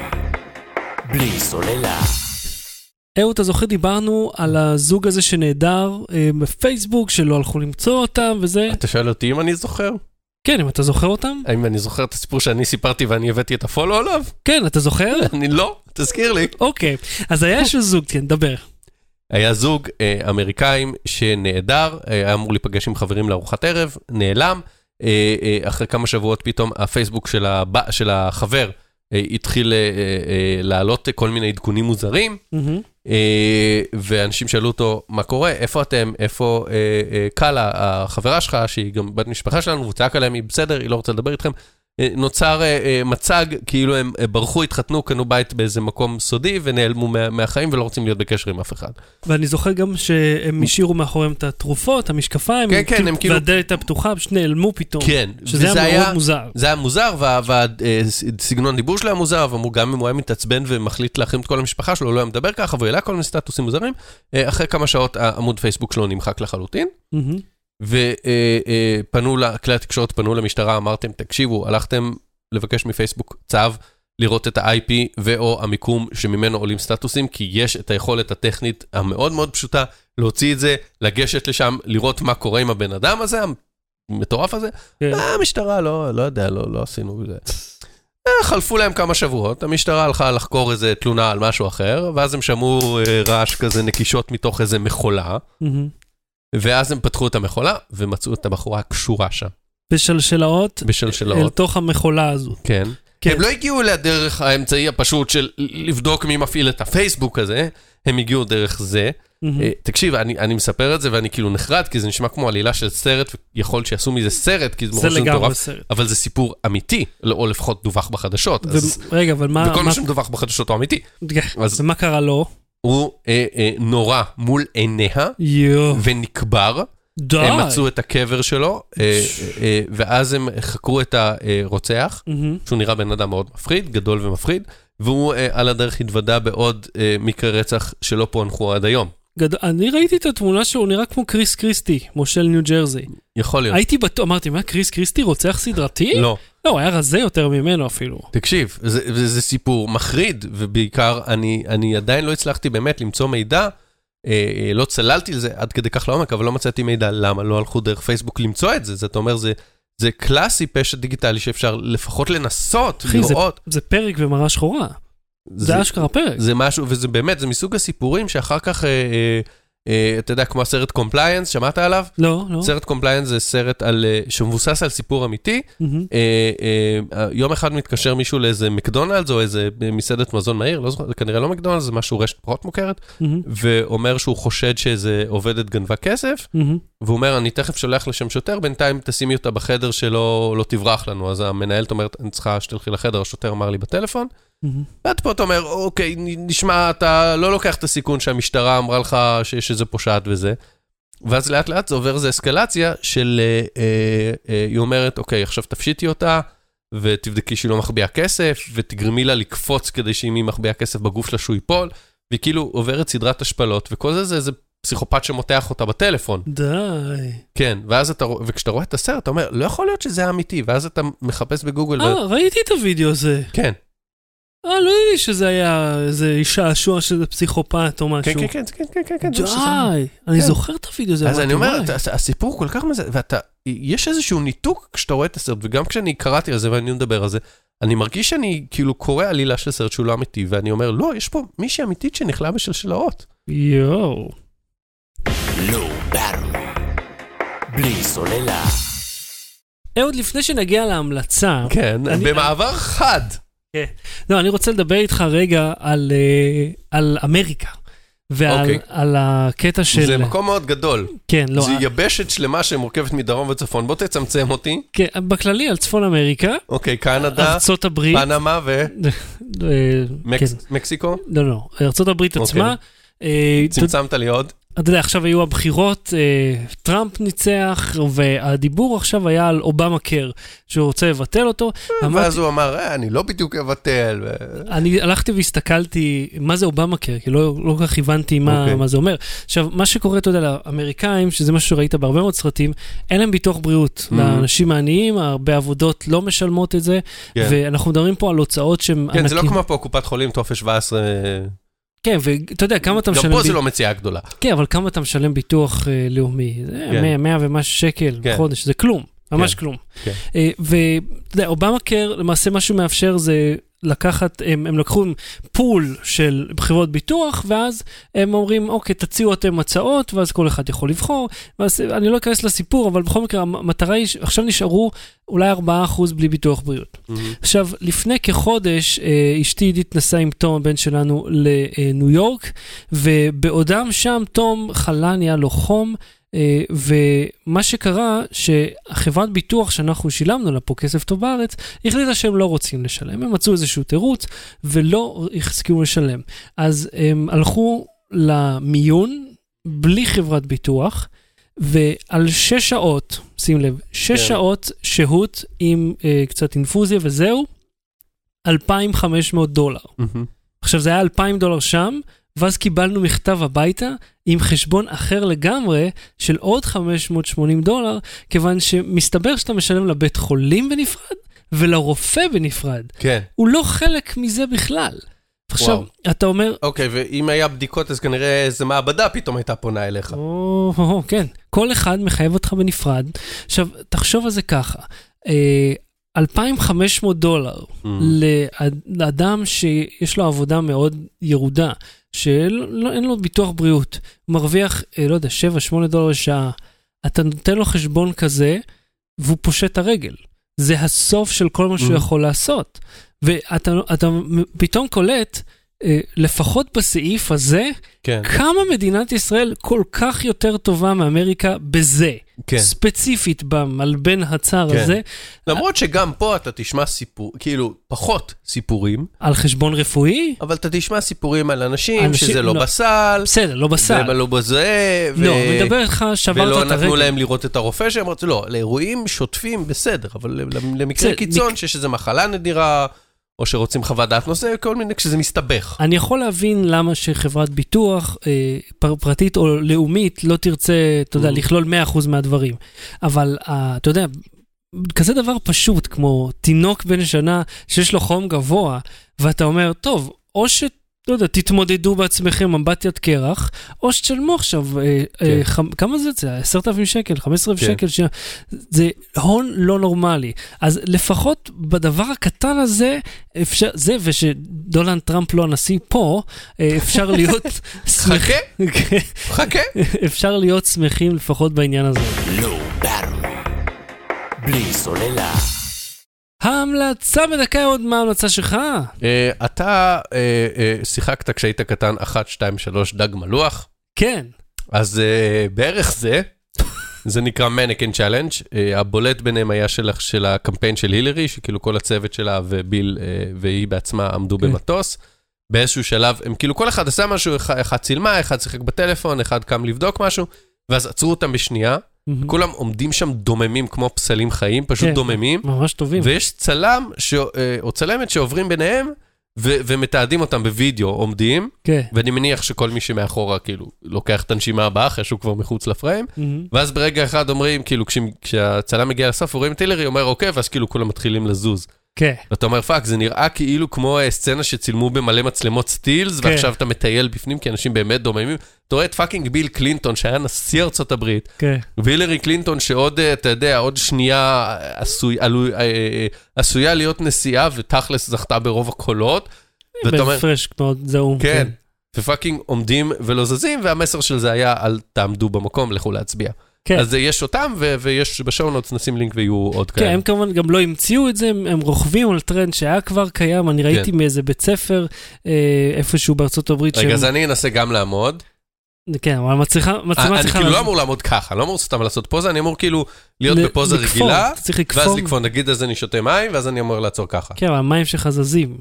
בלי סוללה. אהו, אתה זוכר, דיברנו על הזוג הזה שנהדר בפייסבוק, שלא הלכו למצוא אותם, וזה... אתה שואל אותי אם אני זוכר? כן, אם אתה זוכר אותם? האם אני זוכר את הסיפור שאני סיפרתי ואני הבאתי את הפולו עליו? כן, אתה זוכר? אני לא, תזכיר לי. אוקיי, אז היה איזשהו זוג, כן, דבר. היה זוג אה, אמריקאים שנהדר, אה, היה אמור להיפגש עם חברים לארוחת ערב, נעלם, אה, אה, אחרי כמה שבועות פתאום הפייסבוק של, הב... של החבר אה, התחיל אה, אה, לעלות כל מיני עדכונים מוזרים, mm-hmm. אה, ואנשים שאלו אותו, מה קורה? איפה אתם? איפה אה, אה, קלה, החברה שלך, שהיא גם בת משפחה שלנו, והוא צעק עליהם, היא בסדר, היא לא רוצה לדבר איתכם, נוצר מצג, כאילו הם ברחו, התחתנו, קנו בית באיזה מקום סודי, ונעלמו מהחיים ולא רוצים להיות בקשר עם אף אחד. ואני זוכר גם שהם השאירו מאחוריהם את התרופות, המשקפיים, כן, כן, הם כאילו... והדלת הפתוחה, פשוט נעלמו פתאום. כן. שזה היה מאוד מוזר. זה היה מוזר, והסגנון דיבור שלו היה מוזר, ואמרו גם אם הוא היה מתעצבן ומחליט להחרים את כל המשפחה שלו, לא היה מדבר ככה, והוא העלה כל מיני סטטוסים מוזרים. אחרי כמה שעות העמוד פייסבוק שלו נמחק לחלוטין. ופנו, כלי התקשורת פנו למשטרה, אמרתם, תקשיבו, הלכתם לבקש מפייסבוק צו, לראות את ה-איי פי ו/או המיקום שממנו עולים סטטוסים, כי יש את היכולת הטכנית המאוד מאוד פשוטה, להוציא את זה, לגשת לשם, לראות מה קורה עם הבן אדם הזה, המטורף הזה. המשטרה, לא יודע, לא עשינו את זה. חלפו להם כמה שבועות, המשטרה הלכה לחקור איזה תלונה על משהו אחר, ואז הם שמעו רעש כזה נקישות מתוך איזה מכולה, ואז הם פתחו את המכולה, ומצאו את הבחורה הקשורה שם. בשלשלאות? בשלשלאות. אל תוך המכולה הזו. כן. כן. הם לא הגיעו לדרך האמצעי הפשוט של לבדוק מי מפעיל את הפייסבוק הזה, הם הגיעו דרך זה. Mm-hmm. תקשיב, אני, אני מספר את זה, ואני כאילו נחרד, כי זה נשמע כמו עלילה של סרט, ויכול להיות שיעשו מזה סרט, כי זה מראש מטורף, סרט. אבל זה סיפור אמיתי, או לפחות דווח בחדשות. ו... אז... רגע, אבל מה... וכל מה... מה שמדווח בחדשות הוא אמיתי. אז... ומה קרה לו? הוא אה, אה, נורא מול עיניה, יו. ונקבר. די. הם מצאו את הקבר שלו, אה, אה, ואז הם חקרו את הרוצח, mm-hmm. שהוא נראה בן אדם מאוד מפחיד, גדול ומפחיד, והוא אה, על הדרך התוודע בעוד אה, מקרה רצח שלא פוענחו עד היום. גד... אני ראיתי את התמונה שהוא נראה כמו קריס קריסטי, מושל ניו ג'רזי. יכול להיות. הייתי בטוח, אמרתי, מה, קריס קריסטי רוצח סדרתי? לא. לא, הוא היה רזה יותר ממנו אפילו. תקשיב, זה, זה, זה סיפור מחריד, ובעיקר אני, אני עדיין לא הצלחתי באמת למצוא מידע, אה, לא צללתי לזה עד כדי כך לעומק, אבל לא מצאתי מידע למה לא הלכו דרך פייסבוק למצוא את זה. זאת אומרת, זה, זה קלאסי פשע דיגיטלי שאפשר לפחות לנסות, אחי, לראות. זה, זה פרק ומראה שחורה. זה, זה אשכרה פרק. זה משהו, וזה באמת, זה מסוג הסיפורים שאחר כך, אה, אה, אה, אתה יודע, כמו הסרט קומפליינס, שמעת עליו? לא, לא. סרט קומפליינס זה סרט על, שמבוסס על סיפור אמיתי. Mm-hmm. אה, אה, יום אחד מתקשר מישהו לאיזה מקדונלדס, או איזה מסעדת מזון מהיר, לא זוכר, זה כנראה לא מקדונלדס, זה משהו רשת פחות מוכרת, mm-hmm. ואומר שהוא חושד שאיזה עובדת גנבה כסף, mm-hmm. והוא אומר, אני תכף שולח לשם שוטר, בינתיים תשימי אותה בחדר שלא לא תברח לנו, אז המנהלת אומרת, אני צריכה שתלכי לחדר, השוטר אמר לי בטלפון, ואת פה אתה אומר, אוקיי, נשמע, אתה לא לוקח את הסיכון שהמשטרה אמרה לך שיש איזה פושעת וזה, ואז לאט לאט זה עובר איזו אסקלציה של, היא אומרת, אוקיי, עכשיו תפשיטי אותה, ותבדקי שהיא לא מחביאה כסף, ותגרמי לה לקפוץ כדי שאם היא מחביאה כסף בגוף שלה שהוא ייפול, והיא כאילו עוברת סדרת השפלות, וכל זה זה איזה פסיכופת שמותח אותה בטלפון. די. כן, ואז אתה, וכשאתה רואה את הסרט, אתה אומר, לא יכול להיות שזה אמיתי, ואז אתה מחפש בגוגל. אה, ו... ראיתי את הוידאו הזה. כן. אה, לא ידעתי שזה היה איזה אישה שוע שזה פסיכופת או משהו. כן, כן, כן, כן, כן, כן. די, אני זוכר את הוידאו הזה. אז אני אומר, הסיפור כל כך מזה, ואתה, יש איזשהו ניתוק כשאתה רואה את הסרט, וגם כשאני קראתי על זה ואני מדבר על זה, אני מרגיש שאני כאילו קורא עלילה של סרט שהוא לא אמיתי, ואני אומר, לא, יש פה מישהי אמיתית שנכלה בשלשלאות. יואו. לא ברור. בלי סוללה. אהוד, לפני שנגיע להמלצה... כן, במעבר חד. כן. לא, אני רוצה לדבר איתך רגע על, על אמריקה, ועל okay. על הקטע של... זה מקום מאוד גדול. כן, לא... זה יבשת שלמה שמורכבת מדרום וצפון. בוא תצמצם אותי. כן, בכללי על צפון אמריקה. אוקיי, קנדה, ארצות הברית. פנמה ו... מקס... כן. מקסיקו? לא, לא. ארצות הברית עצמה. צמצמת לי עוד. אתה יודע, עכשיו היו הבחירות, טראמפ ניצח, והדיבור עכשיו היה על אובמה קר, שהוא רוצה לבטל אותו. ואז הוא אמר, אני לא בדיוק אבטל. אני הלכתי והסתכלתי, מה זה אובמה קר? כי לא כל כך הבנתי מה זה אומר. עכשיו, מה שקורה, אתה יודע, לאמריקאים, שזה מה שראית בהרבה מאוד סרטים, אין להם ביטוח בריאות. לאנשים העניים, הרבה עבודות לא משלמות את זה, ואנחנו מדברים פה על הוצאות שהם... כן, זה לא כמו פה, קופת חולים, טופס שבע עשרה... כן, ואתה יודע, כמה אתה משלם... גם פה זה לא מציאה גדולה. כן, אבל כמה אתה משלם ביטוח לאומי? זה מאה ומשהו שקל בחודש, זה כלום, ממש כלום. ואתה יודע, אובמה קר, למעשה מה שהוא מאפשר זה לקחת, הם לקחו פול של חברות ביטוח, ואז הם אומרים, אוקיי, תציעו אתם הצעות, ואז כל אחד יכול לבחור, ואז אני לא אכנס לסיפור, אבל בכל מקרה, המטרה היא, עכשיו נשארו אולי ארבעה אחוז בלי ביטוח בריאות. Mm-hmm. עכשיו, לפני כחודש, אשתי עידית נסעה עם תום, הבן שלנו, לניו יורק, ובעודם שם, תום חלה, נהיה לו חום, ומה שקרה, שהחברת ביטוח שאנחנו שילמנו לה פה כסף טוב בארץ, החליטה שהם לא רוצים לשלם. הם מצאו איזשהו תירוץ, ולא הסכימו לשלם. אז הם הלכו למיון, בלי חברת ביטוח, ועל שש שעות, שים לב, שש yeah. שעות שהות עם uh, קצת אינפוזיה וזהו, אלפיים וחמש מאות דולר. Mm-hmm. עכשיו זה היה אלפיים דולר שם, ואז קיבלנו מכתב הביתה עם חשבון אחר לגמרי של עוד חמש מאות ושמונים דולר, כיוון שמסתבר שאתה משלם לבית חולים בנפרד ולרופא בנפרד. כן. הוא לא חלק מזה בכלל. עכשיו, אתה אומר... אוקיי, ואם היה בדיקות, אז כנראה איזה מעבדה פתאום הייתה פונה אליך. או, כן. כל אחד מחייב אותך בנפרד. עכשיו, תחשוב על זה ככה. אלפיים וחמש מאות דולר לאדם שיש לו עבודה מאוד ירודה, שאין לו ביטוח בריאות, הוא מרוויח, לא יודע, שבע שמונה דולר לשעה, אתה נותן לו חשבון כזה, והוא פושט את הרגל. זה הסוף של כל מה שהוא יכול לעשות. ואתה אתה פתאום קולט, לפחות בסעיף הזה, כן. כמה מדינת ישראל כל כך יותר טובה מאמריקה בזה. כן. ספציפית במלבן הצער כן. הזה. למרות שגם פה אתה תשמע סיפור, כאילו פחות סיפורים. על חשבון רפואי? אבל אתה תשמע סיפורים על אנשים, אנשים שזה לא, לא בסל. בסדר, לא בסל. ולא בזה. ו... לא, מדבר איתך, שברת את הרגל. ולא נתנו להם לראות את הרופא שהם רצו, לא, לאירועים שוטפים בסדר, אבל למקרה בסדר, קיצון מק... שיש איזו מחלה נדירה, או שרוצים חוות דעת נושא, כל מיני כשזה מסתבך. אני יכול להבין למה שחברת ביטוח אה, פר, פרטית או לאומית לא תרצה, אתה יודע, לכלול מאה אחוז מהדברים. אבל, אה, אתה יודע, כזה דבר פשוט, כמו תינוק בן שנה שיש לו חום גבוה, ואתה אומר, טוב, או ש... לא יודע, תתמודדו בעצמכם מבט יד קרח, או שתשלמו עכשיו, כמה זה זה? עשרת אלפים שקל, חמישה עשר אלף שקל, זה הון לא נורמלי. אז לפחות בדבר הקטן הזה, זה ושדולנד טראמפ לא הנשיא פה, אפשר להיות... חכה, חכה. אפשר להיות שמחים לפחות בעניין הזה. לא ברור, בלי סוללה. ההמלצה בדקה עוד מה ההמלצה שלך? אתה שיחקת כשהיית קטן אחת, שתיים, שלוש דג מלוח? כן. אז בערך זה, זה נקרא Mannequin Challenge, הבולט ביניהם היה של הקמפיין של הילרי, שכאילו כל הצוות שלה וביל והיא בעצמה עמדו במטוס, באיזשהו שלב, הם כאילו כל אחד עשה משהו, אחד צילמה, אחד שיחק בטלפון, אחד קם לבדוק משהו, ואז עצרו אותם בשנייה, כולם עומדים שם דוממים כמו פסלים חיים, פשוט דוממים. ממש טובים. ויש צלם או צלמת שעוברים ביניהם, ומתעדים אותם בווידאו, עומדים, ואני מניח שכל מי שמאחורה כאילו לוקח את הנשימה הבאה, אחרי שהוא כבר מחוץ לפריים, ואז ברגע אחד אומרים, כאילו כשהצלם מגיע לסוף, רואים את הילרי, אומר אוקיי, ואז כאילו כולם מתחילים לזוז. כן. ואתה אומר, פאק, זה נראה כאילו כמו סצנה שצילמו במלא מצלמות סטילס, ועכשיו אתה מטייל בפנים, כי אנשים באמת דוממים. אתה רואה את פאקינג ביל קלינטון, שהיה נשיא ארצות הברית, והילרי קלינטון, שעוד, אתה יודע, עוד שנייה עשויה להיות נשיאה, ותכלס זכתה ברוב הקולות. בפרש מאוד זהו. כן. ופאקינג עומדים ולא זזים, והמסר של זה היה, אל תעמדו במקום, לכו להצביע. אז יש אותם, ויש בשעונות נשים לינק ויהיו עוד כאלה. כן, הם כמובן גם לא המציאו את זה, הם רוכבים על טרנד שהיה כבר קיים, אני ראיתי מאיזה בית ספר, איפשהו בארצות הברית. רגע, אז אני אנסה גם לעמוד. כן, אבל מצליחה... אני כאילו לא אמור לעמוד ככה, לא אמור סתם לעשות פוזה, אני אמור כאילו להיות בפוזה רגילה, ואז לקפוא, נגיד אז אני שותה מים, ואז אני אמור לעצור ככה. כן, אבל המים שחזזים.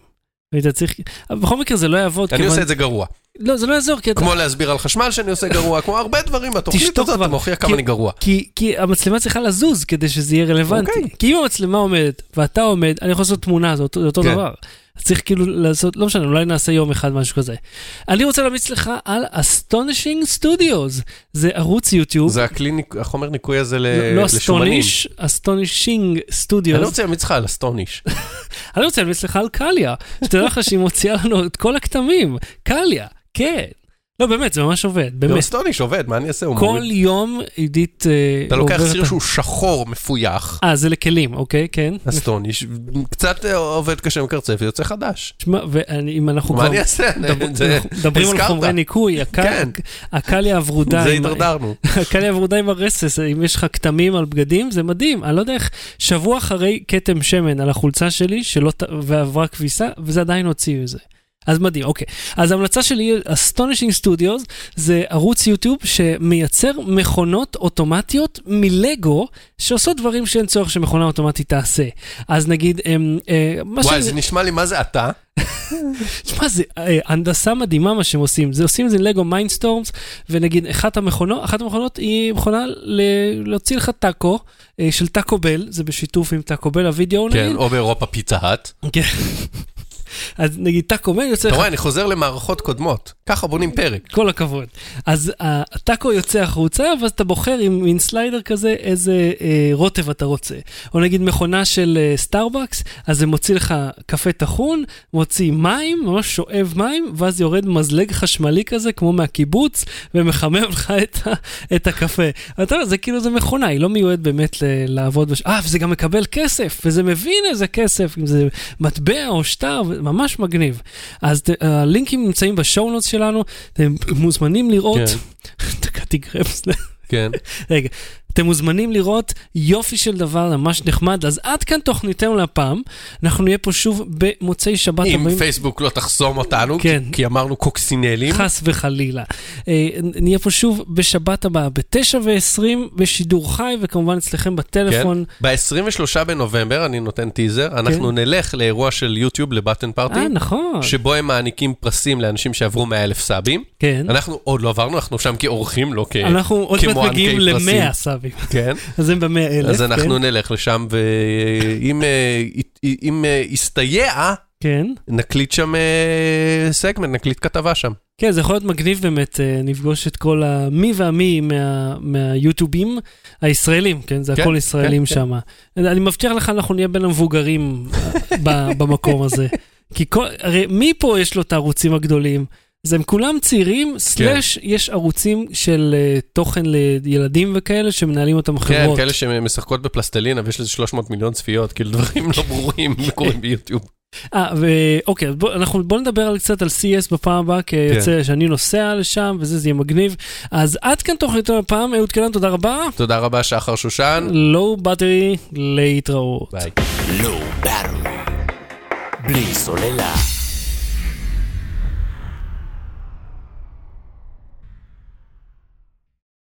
בכל מקרה זה לא יעבוד. אני עושה את זה גרוע. לא, זה לא יעזור. כמו להסביר על חשמל שאני עושה גרוע, כמו הרבה דברים בתוכנית הזאת, אתה מוכיח כמה אני גרוע. כי המצלמה צריכה לזוז כדי שזה יהיה רלוונטי. כי אם המצלמה עומדת ואתה עומד, אני יכול לעשות תמונה, זה אותו דבר. צריך כאילו לעשות, לא משנה, אולי נעשה יום אחד משהו כזה. אני רוצה להמיץ לך על Astonishing Studios. זה ערוץ יוטיוב. זה החומר ניקוי הזה לשומנים. לא, Astonishing Studios. אני לא רוצה להמיץ לך על Astonish. אני רוצה להמיץ לך על קליה. שתדע לך שהיא מוציאה לנו את כל הכתמים. קליה, כן. לא, באמת, זה ממש עובד, באמת. אסטוניש עובד, מה אני אעשה? כל יום עידית... אתה לוקח סיר שהוא שחור, מפויח. אה, זה לכלים, אוקיי, כן. אסטוניש, קצת עובד קשה מקרצף, ויוצא חדש. תשמע, ואם אנחנו כבר... מה אני אעשה? מדברים על חומרי ניקוי, הקליה הוורודה... זה התרדרנו. הקליה הוורודה עם הרסס, אם יש לך כתמים על בגדים, זה מדהים. אני לא יודע איך, שבוע אחרי כתם שמן על החולצה שלי, ועברה כביסה, וזה עדיין הוציא את זה. אז מדהים, אוקיי. אז ההמלצה שלי, Astonishing Studios, זה ערוץ יוטיוב שמייצר מכונות אוטומטיות מלגו, שעושות דברים שאין צורך שמכונה אוטומטית תעשה. אז נגיד... וואי, זה נשמע לי מה זה אתה? תשמע, זה הנדסה מדהימה מה שהם עושים. זה עושים זה לגו מיינדסטורמס, ונגיד, אחת המכונות, אחת המכונות היא מכונה להוציא לך טאקו, של טאקו בל, זה בשיתוף עם טאקו בל, הווידאו נגיד. כן, או באירופה פיצה האט. כן. אז נגיד טאקו מן יוצא... אתה רואה, אני חוזר למערכות קודמות. ככה בונים פרק. כל הכבוד. אז הטאקו יוצא החוצה, ואז אתה בוחר עם מין סליידר כזה איזה רוטב אתה רוצה. או נגיד מכונה של סטארבקס, אז זה מוציא לך קפה טחון, מוציא מים, ממש שואב מים, ואז יורד מזלג חשמלי כזה, כמו מהקיבוץ, ומחמם לך את הקפה. אתה יודע, זה כאילו זה מכונה, היא לא מיועד באמת לעבוד. אה, וזה גם מקבל כסף, וזה מבין איזה כסף, אם זה מטבע או שטר, ממש מגניב. אז הלינקים נמצאים בשואונוטס שלנו, אתם מוזמנים לראות, תקעתי גרפס, כן. רגע, אתם מוזמנים לראות יופי של דבר ממש נחמד, אז עד כאן תוכניתנו לפעם, אנחנו נהיה פה שוב במוצאי שבת אם הבאים. פייסבוק לא תחסום אותנו, כן. כי אמרנו קוקסינלים. חס וחלילה. אה, נהיה פה שוב בשבת הבאה, ב-תשע ועשרים בשידור חי, וכמובן אצלכם בטלפון. כן. ב-עשרים ושלושה בנובמבר, אני נותן טיזר, אנחנו כן. נלך לאירוע של יוטיוב, לבטן פארטי. אה, נכון. שבו הם מעניקים פרסים לאנשים שעברו מאה אלף סאבים. כן. אנחנו עוד לא עברנו, אנחנו שם כאורחים, לא כ... אנחנו עוד מעט מגיעים ל-מאה סאבים. כן. אז הם במאה אלף. אז אנחנו נלך לשם, ואם יסתייע, נקליט שם סגמנט, נקליט כתבה שם. כן, זה יכול להיות מגניב באמת, נפגוש את כל המי והמי מהיוטיובים הישראלים, כן? זה הכל ישראלים שם. אני מבטיח לך, אנחנו נהיה בין המבוגרים במקום הזה. כי הרי מי פה יש לו את הערוצים הגדולים? אז הם כולם צעירים, סלש יש ערוצים של תוכן לילדים וכאלה שמנהלים אותם חברות. כן, כאלה שמשחקות בפלסטלינה ויש לזה שלוש מאות מיליון צפיות, כאילו דברים לא ברורים קורים ביוטיוב. אה, ואוקיי, בואו נדבר על קצת על סי אס בפעם הבאה, כי יוצא שאני נוסע לשם וזה, זה יהיה מגניב. אז עד כאן תוכניתו הפעם, אהוד קלן, תודה רבה. תודה רבה, שחר שושן. לואו בטרי, להתראות. ביי. לואו בטרי, בלי סוללה.